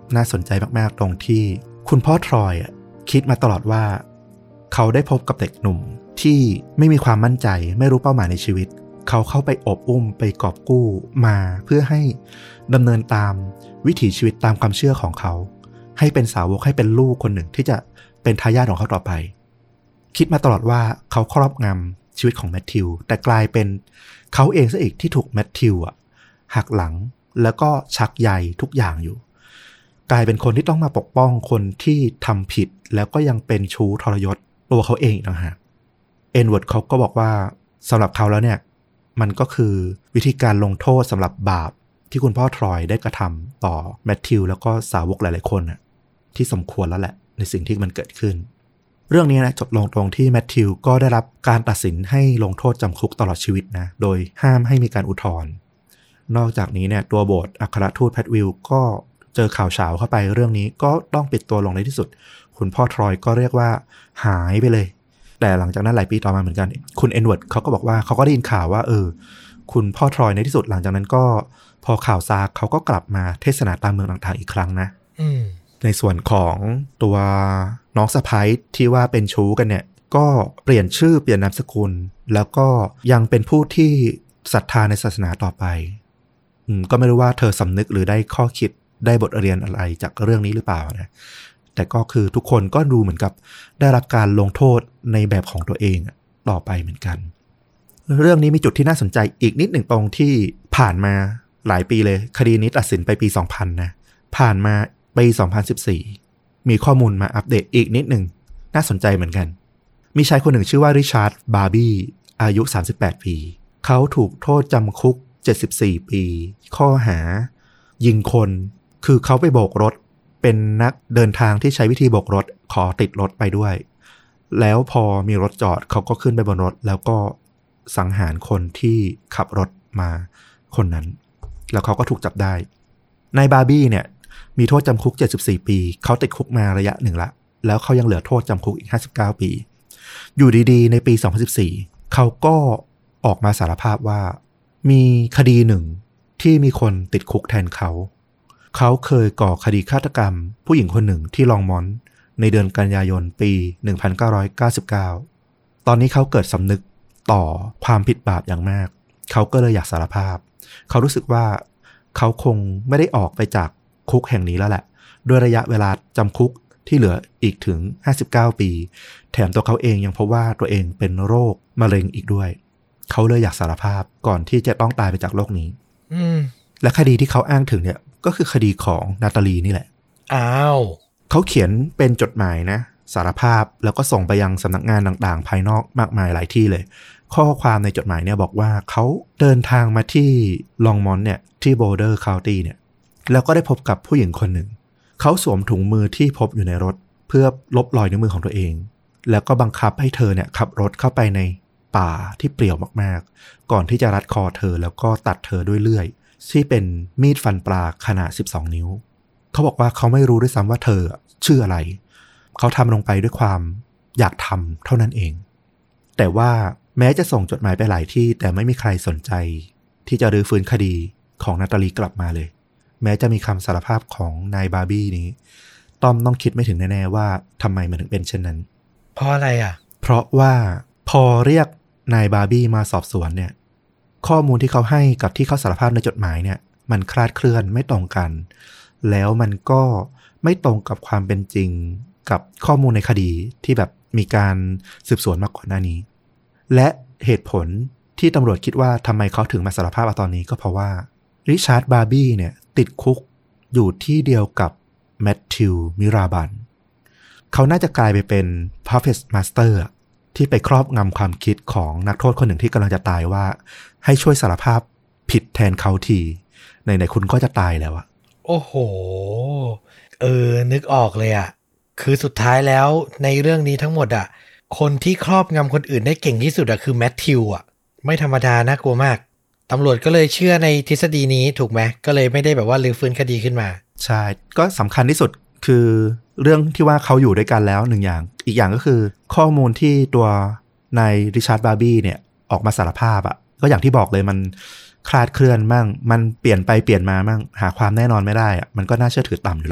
น่าสนใจมากๆตรงที่คุณพ่อทรอยอะคิดมาตลอดว่าเขาได้พบกับเด็กหนุ่มที่ไม่มีความมั่นใจไม่รู้เป้าหมายในชีวิตเขาเข้าไปอบอุ้มไปกอบกู้มาเพื่อให้ดำเนินตามวิถีชีวิตตามความเชื่อของเขาให้เป็นสาวกให้เป็นลูกคนหนึ่งที่จะเป็นทายาทของเขาต่อไปคิดมาตลอดว่าเขาครอบงำชีวิตของแมทธิวแต่กลายเป็นเขาเองซะอีกที่ถูกแมทธิวอ่ะหักหลังแล้วก็ชักใยทุกอย่างอยู่กลายเป็นคนที่ต้องมาปกป้องคนที่ทำผิดแล้วก็ยังเป็นชู้ทรยศตัวเขาเองอีกต่างหากเอ็นเวิร์ดเขาก็บอกว่าสำหรับเขาแล้วเนี่ยมันก็คือวิธีการลงโทษสำหรับบาปที่คุณพ่อทรอยได้กระทำต่อแมทธิวแล้วก็สาวกหลายๆคนน่ะที่สมควรแล้วแหละในสิ่งที่มันเกิดขึ้นเรื่องนี้นะจบลงตรงที่แมทธิวก็ได้รับการตัดสินให้ลงโทษจำคุกตลอดชีวิตนะโดยห้ามให้มีการอุทธรณ์นอกจากนี้เนี่ยตัวโบสถ์อัครทูตแพทวิลก็เจอข่าวเฉาเข้าไปเรื่องนี้ก็ต้องปิดตัวลงในที่สุดคุณพ่อทรอยก็เรียกว่าหายไปเลยแต่หลังจากนั้นหลายปีต่อมาเหมือนกันคุณเอ็นเวิร์ดเขาก็บอกว่าเขาก็ได้ยินข่าวว่าเออคุณพ่อทรอยในที่สุดหลังจากนั้นก็พอข่าวซาเขาก็กลับมาเทศนาตามเมืองต่างๆอีกครั้งนะในส่วนของตัวน้องสะใภ้ที่ว่าเป็นชู้กันเนี่ยก็เปลี่ยนชื่อเปลี่ยนนามสกุลแล้วก็ยังเป็นผู้ที่ศรัทธาในศาสนาต่อไปอืมก็ไม่รู้ว่าเธอสำนึกหรือได้ข้อคิดได้บทเรียนอะไรจากเรื่องนี้หรือเปล่านะแต่ก็คือทุกคนก็ดูเหมือนกับได้รับการลงโทษในแบบของตัวเองต่อไปเหมือนกันเรื่องนี้มีจุดที่น่าสนใจอีกนิดหนึ่งตรงที่ผ่านมาหลายปีเลยคดีนี้ตัดสินไปปีสองพันนะผ่านมาปีสองพันสิบสี่มีข้อมูลมาอัปเดตอีกนิดหนึ่งน่าสนใจเหมือนกันมีชายคนหนึ่งชื่อว่าริชาร์ดบาร์บี้อายุสามสิบแปดปีเขาถูกโทษจำคุกเจ็ดสิบสี่ปีข้อหายิงคนคือเขาไปโบกรถเป็นนักเดินทางที่ใช้วิธีโบกรถขอติดรถไปด้วยแล้วพอมีรถจอดเขาก็ขึ้นไปบนรถแล้วก็สังหารคนที่ขับรถมาคนนั้นแล้วเขาก็ถูกจับได้นายบาร์บี้เนี่ยมีโทษจำคุกเจ็ดสิบสี่ปีเขาติดคุกมาระยะหนึ่งละแล้วเขายังเหลือโทษจำคุกอีกห้าสิบเก้าปีอยู่ดีๆในปีสองพันสิบสี่เขาก็ออกมาสารภาพว่ามีคดีหนึ่งที่มีคนติดคุกแทนเขาเขาเคยก่อคดีฆาตกรรมผู้หญิงคนหนึ่งที่ลองมอนในเดือนกันยายนปีหนึ่งพันเก้าร้อยเก้าสิบเก้าตอนนี้เขาเกิดสำนึกต่อความผิดบาปอย่างมากเขาก็เลยอยากสารภาพเขารู้สึกว่าเขาคงไม่ได้ออกไปจากคุกแห่งนี้แล้วแหละด้วยระยะเวลาจำคุกที่เหลืออีกถึงห้าสิบเก้าปีแถมตัวเขาเองยังพบว่าตัวเองเป็นโรคมะเร็งอีกด้วยเขาเลยอยากสารภาพก่อนที่จะต้องตายไปจากโลกนี้อืมและคดีที่เขาอ้างถึงเนี่ยก็คือคดีของนาตาลีนี่แหละอ้าวเขาเขียนเป็นจดหมายนะสารภาพแล้วก็ส่งไปยังสำนักงานต่างๆภายนอกมากมายหลายที่เลยข้อความในจดหมายเนี่ยบอกว่าเขาเดินทางมาที่ลองมอนเนี่ยที่โบเดอร์คาวตี้เนี่ยแล้วก็ได้พบกับผู้หญิงคนหนึ่งเขาสวมถุงมือที่พบอยู่ในรถเพื่อลบรอยนิ้วมือของตัวเองแล้วก็บังคับให้เธอเนี่ยขับรถเข้าไปในป่าที่เปลี่ยวมากๆก่อนที่จะรัดคอเธอแล้วก็ตัดเธอด้วยเลื่อยที่เป็นมีดฟันปลาขนาดสิบสองนิ้วเขาบอกว่าเขาไม่รู้ด้วยซ้ำว่าเธอชื่ออะไรเขาทำลงไปด้วยความอยากทำเท่านั้นเองแต่ว่าแม้จะส่งจดหมายไปหลายที่แต่ไม่มีใครสนใจที่จะรื้อฟื้นคดีของนาตาลีกลับมาเลยแม้จะมีคำสารภาพของนายบาร์บี้นี้ต้อมต้องคิดไม่ถึงแน่ๆว่าทำไมมันถึงเป็นเช่นนั้น
เพราะอะไรอ่ะ
เพราะว่าพอเรียกนายบาร์บี้มาสอบสวนเนี่ยข้อมูลที่เขาให้กับที่เขาสารภาพในจดหมายเนี่ยมันคลาดเคลื่อนไม่ตรงกันแล้วมันก็ไม่ตรงกับความเป็นจริงกับข้อมูลในคดีที่แบบมีการสืบสวนมาก่อนหน้านี้และเหตุผลที่ตำรวจคิดว่าทำไมเขาถึงมาสารภาพตอนนี้ก็เพราะว่าริชาร์ดบาร์บี้เนี่ยติดคุกอยู่ที่เดียวกับแมทธิวมิราบันเขาน่าจะกลายไปเป็น Puppet Master ที่ไปครอบงำความคิดของนักโทษคนหนึ่งที่กำลังจะตายว่าให้ช่วยสารภาพผิดแทนเขาทีไหนๆคุณก็จะตายแล้วอะ
โอ้โหเออนึกออกเลยอะคือสุดท้ายแล้วในเรื่องนี้ทั้งหมดอะคนที่ครอบงำคนอื่นได้เก่งที่สุดอะคือแมทธิวอะไม่ธรรมดาน่ากลัวมากตำรวจก็เลยเชื่อในทฤษฎีนี้ถูกไหมก็เลยไม่ได้แบบว่ารื้อฟื้นคดีขึ้นมา
ใช่ก็สำคัญที่สุดคือเรื่องที่ว่าเขาอยู่ด้วยกันแล้วหนึ่งอย่างอีกอย่างก็คือข้อมูลที่ตัวนายริชาร์ดบาร์บี้เนี่ยออกมาสารภาพอะก็อย่างที่บอกเลยมันคลาดเคลื่อนมั่งมันเปลี่ยนไปเปลี่ยนมามั่งหาความแน่นอนไม่ได้อะมันก็น่าเชื่อถือต่ำอยู่ละ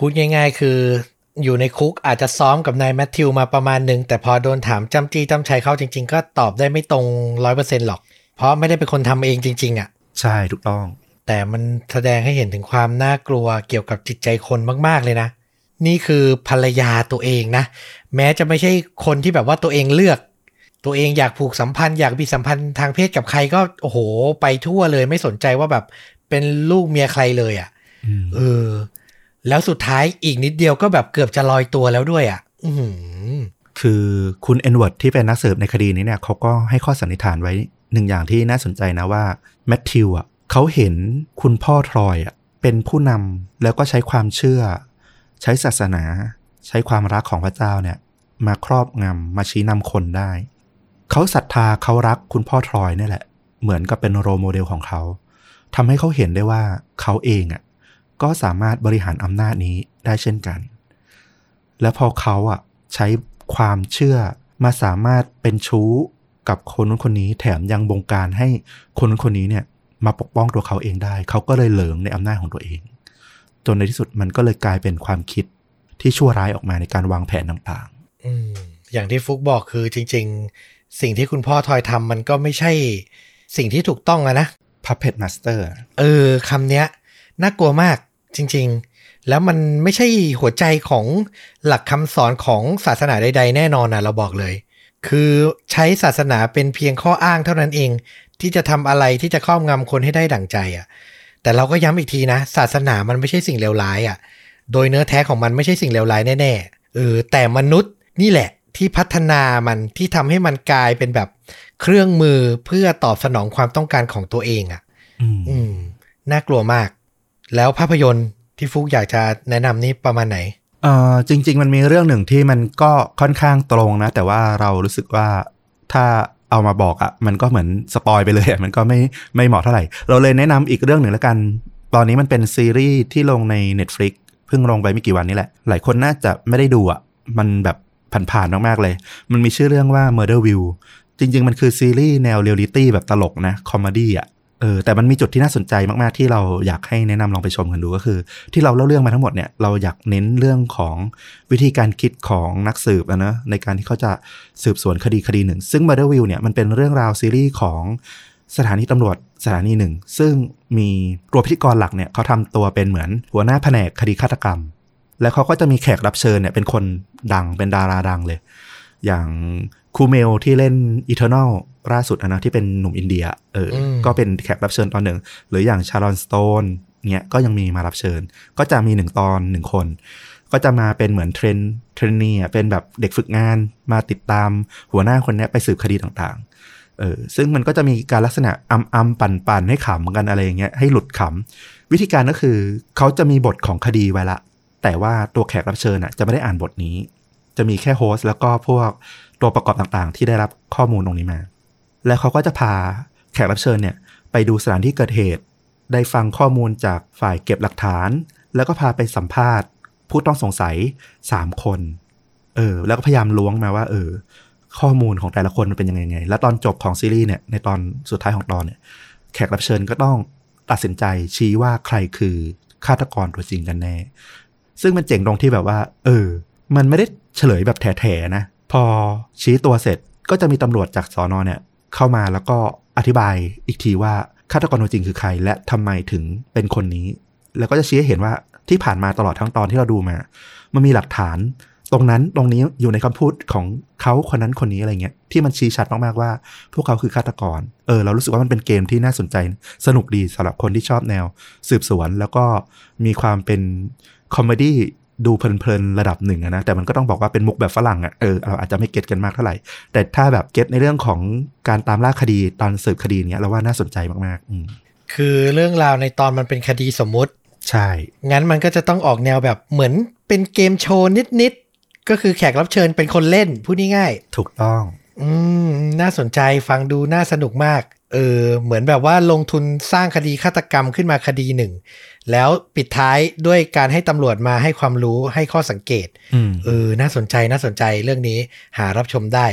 พูดง่ายๆคืออยู่ในคุกอาจจะซ้อมกับนายแมทธิวมาประมาณนึงแต่พอโดนถามจ้ำจี้จ้ำชัยเข้าจริงๆก็ตอบได้ไม่ตรง ร้อยเปอร์เซ็นต์ หรอกเพราะไม่ได้เป็นคนทำเองจริงๆอ่ะ
ใช่ถูกต้อง
แต่มันแสดงให้เห็นถึงความน่ากลัวเกี่ยวกับจิตใจคนมากๆเลยนะนี่คือภรรยาตัวเองนะแม้จะไม่ใช่คนที่แบบว่าตัวเองเลือกตัวเองอยากผูกสัมพันธ์อยากมีสัมพันธ์ทางเพศกับใครก็โอ้โหไปทั่วเลยไม่สนใจว่าแบบเป็นลูกเมียใครเลยอ่ะเออแล้วสุดท้ายอีกนิดเดียวก็แบบเกือบจะลอยตัวแล้วด้วยอ่ะอือ
คือคุณเอ็นเวิร์ดที่เป็นนักสืบในคดีนี้เนี่ยเขาก็ให้ข้อสันนิษฐานไว้หนึ่งอย่างที่น่าสนใจนะว่าแมทธิวอ่ะเขาเห็นคุณพ่อทรอยอ่ะเป็นผู้นำแล้วก็ใช้ความเชื่อใช้ศาสนาใช้ความรักของพระเจ้าเนี่ยมาครอบงำมาชี้นำคนได้เขาศรัทธาเขารักคุณพ่อทรอยนี่แหละเหมือนกับเป็นโรลโมเดลของเขาทำให้เขาเห็นได้ว่าเขาเองอ่ะก็สามารถบริหารอำนาจนี้ได้เช่นกันและพอเขาอ่ะใช้ความเชื่อมาสามารถเป็นชู้กับคนนู้นคนนี้แถมยังบงการให้คนนู้นคนนี้เนี่ยมาปกป้องตัวเขาเองได้เขาก็เลยเหลิงในอำนาจของตัวเองจนในที่สุดมันก็เลยกลายเป็นความคิดที่ชั่วร้ายออกมาในการวางแผนต่าง
ๆอืมอย่างที่ฟุกบอกคือจริงๆสิ่งที่คุณพ่อทอยทำมันก็ไม่ใช่สิ่งที่ถูกต้องอะนะ
Puppet Master
เออคำเนี้ยน่ากลัวมากจริงๆแล้วมันไม่ใช่หัวใจของหลักคำสอนของศาสนาใดๆแน่นอนนะเราบอกเลยคือใช้ศาสนาเป็นเพียงข้ออ้างเท่านั้นเองที่จะทำอะไรที่จะครอบงำคนให้ได้ดั่งใจอ่ะแต่เราก็ย้ำอีกทีนะศาสนามันไม่ใช่สิ่งเลวร้ายอ่ะโดยเนื้อแท้ของมันไม่ใช่สิ่งเลวร้ายแน่ๆเออแต่มนุษย์นี่แหละที่พัฒนามันที่ทำให้มันกลายเป็นแบบเครื่องมือเพื่อตอบสนองความต้องการของตัวเองอ่ะ
อืม
อืมน่ากลัวมากแล้วภาพยนตร์ที่ฟุกอยากจะแนะนำนี่ประมาณไหน
เอ่อจริงๆมันมีเรื่องหนึ่งที่มันก็ค่อนข้างตรงนะแต่ว่าเรารู้สึกว่าถ้าเอามาบอกอ่ะมันก็เหมือนสปอยไปเลยอ่ะมันก็ไม่ไม่เหมาะเท่าไหร่เราเลยแนะนำอีกเรื่องหนึ่งแล้วกันตอนนี้มันเป็นซีรีส์ที่ลงใน Netflix เพิ่งลงไปไม่กี่วันนี้แหละหลายคนน่าจะไม่ได้ดูอ่ะมันแบบผ่านๆมากๆเลยมันมีชื่อเรื่องว่า Murderville จริงๆมันคือซีรีส์แนวเรียลลิตี้แบบตลกนะคอมเมดี้อ่ะเออแต่มันมีจุดที่น่าสนใจมากๆที่เราอยากให้แนะนำลองไปชมกันดูก็คือที่เราเล่าเรื่องมาทั้งหมดเนี่ยเราอยากเน้นเรื่องของวิธีการคิดของนักสืบนะในการที่เขาจะสืบสวนคดีคดีหนึ่งซึ่ง Murderville เนี่ยมันเป็นเรื่องราวซีรีส์ของสถานีตำรวจสถานีหนึ่งซึ่งมีตัวพิธีกรหลักเนี่ยเขาทำตัวเป็นเหมือนหัวหน้าแผนกคดีฆาตกรรมแล้วเขาก็จะมีแขกรับเชิญเนี่ยเป็นคนดังเป็นดาราดังเลยอย่างคูเมลที่เล่น Eternal ล่าสุดนะที่เป็นหนุ่มอินเดียเออก็เป็นแขกรับเชิญตอนหนึ่งหรืออย่างชารอนสโตนเนี่ยก็ยังมีมารับเชิญก็จะมีหนึ่งตอนหนึ่งคนก็จะมาเป็นเหมือนเทรนเทรนนี่อ่ะเป็นแบบเด็กฝึกงานมาติดตามหัวหน้าคนนี้ไปสืบคดีต่างๆเออซึ่งมันก็จะมีการลักษณะอำอำปั่นปั่นให้ขำกันอะไรอย่างเงี้ยให้หลุดขำวิธีการก็คือเขาจะมีบทของคดีไว้ละแต่ว่าตัวแขกรับเชิญอ่ะจะไม่ได้อ่านบทนี้จะมีแค่โฮสต์แล้วก็พวกตัวประกอบต่างๆที่ได้รับข้อมูลตรงนี้มาแล้วเขาก็จะพาแขกรับเชิญเนี่ยไปดูสถานที่เกิดเหตุได้ฟังข้อมูลจากฝ่ายเก็บหลักฐานแล้วก็พาไปสัมภาษณ์ผู้ต้องสงสัยสามคนเออแล้วก็พยายามล้วงมาว่าเออข้อมูลของแต่ละคนมันเป็นยังไงไงแล้วตอนจบของซีรีส์เนี่ยในตอนสุดท้ายของตอนเนี่ยแขกรับเชิญก็ต้องตัดสินใจชี้ว่าใครคือฆาตกรตัวจริงกันแน่ซึ่งมันเจ๋งตรงที่แบบว่าเออมันไม่ได้เฉลยแบบแถๆนะพอชี้ตัวเสร็จก็จะมีตำรวจจากสน.เนี่ยเข้ามาแล้วก็อธิบายอีกทีว่าฆาตกรตัวจริงคือใครและทำไมถึงเป็นคนนี้แล้วก็จะชี้ให้เห็นว่าที่ผ่านมาตลอดทั้งตอนที่เราดูมามันมีหลักฐานตรงนั้นตรงนี้อยู่ในคำพูดของเขาคนนั้นคนนี้อะไรเงี้ยที่มันชี้ชัดมากๆว่าพวกเขาคือฆาตกรเออเรารู้สึกว่ามันเป็นเกมที่น่าสนใจสนุกดีสำหรับคนที่ชอบแนวสืบสวนแล้วก็มีความเป็นคอมเมดี้ดูเพลินๆระดับหนึ่งนะแต่มันก็ต้องบอกว่าเป็นมุกแบบฝรั่งอ่ะเออเราอาจจะไม่เก็ตกันมากเท่าไหร่แต่ถ้าแบบเก็ตในเรื่องของการตามล่าคดีตอนสืบคดีเนี้ยเราว่าน่าสนใจมากๆอืม
คือเรื่องราวในตอนมันเป็นคดีสมมุติ
ใช่
งั้นมันก็จะต้องออกแนวแบบเหมือนเป็นเกมโชว์นิดๆก็คือแขกรับเชิญเป็นคนเล่นพูดง่าย
ๆถูกต้อง
อืมน่าสนใจฟังดูน่าสนุกมากเออเหมือนแบบว่าลงทุนสร้างคดีฆาตกรรมขึ้นมาคดีหนึ่งแล้วปิดท้ายด้วยการให้ตำรวจมาให้ความรู้ให้ข้อสังเกตเออน่าสนใจน่าสนใจเรื่องนี้หารับชมได้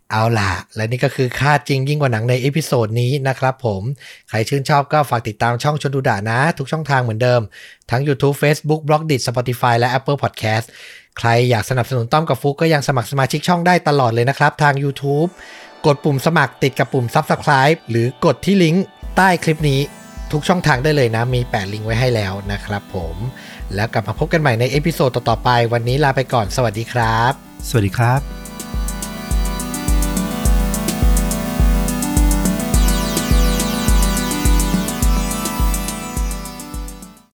เอาล่ะและนี่ก็คือค่าจริงยิ่งกว่าหนังในเอพิโซดนี้นะครับผมใครชื่นชอบก็ฝากติดตามช่องชวนดูดะนะทุกช่องทางเหมือนเดิมทั้ง YouTube Facebook Blogdit Spotify และ Apple Podcast ใครอยากสนับสนุนต้อมกับฟุกก็ยังสมัครสมาชิกช่องได้ตลอดเลยนะครับทาง YouTube กดปุ่มสมัครติดกับปุ่ม Subscribe หรือกดที่ลิงก์ใต้คลิปนี้ทุกช่องทางได้เลยนะมีแปะลิงก์ไว้ให้แล้วนะครับผมแล้วกลับมาพบกันใหม่ในเอพิโซดต่อๆไปวันนี้ลาไปก่อนสวัสดีครับ
สวัสดีครับ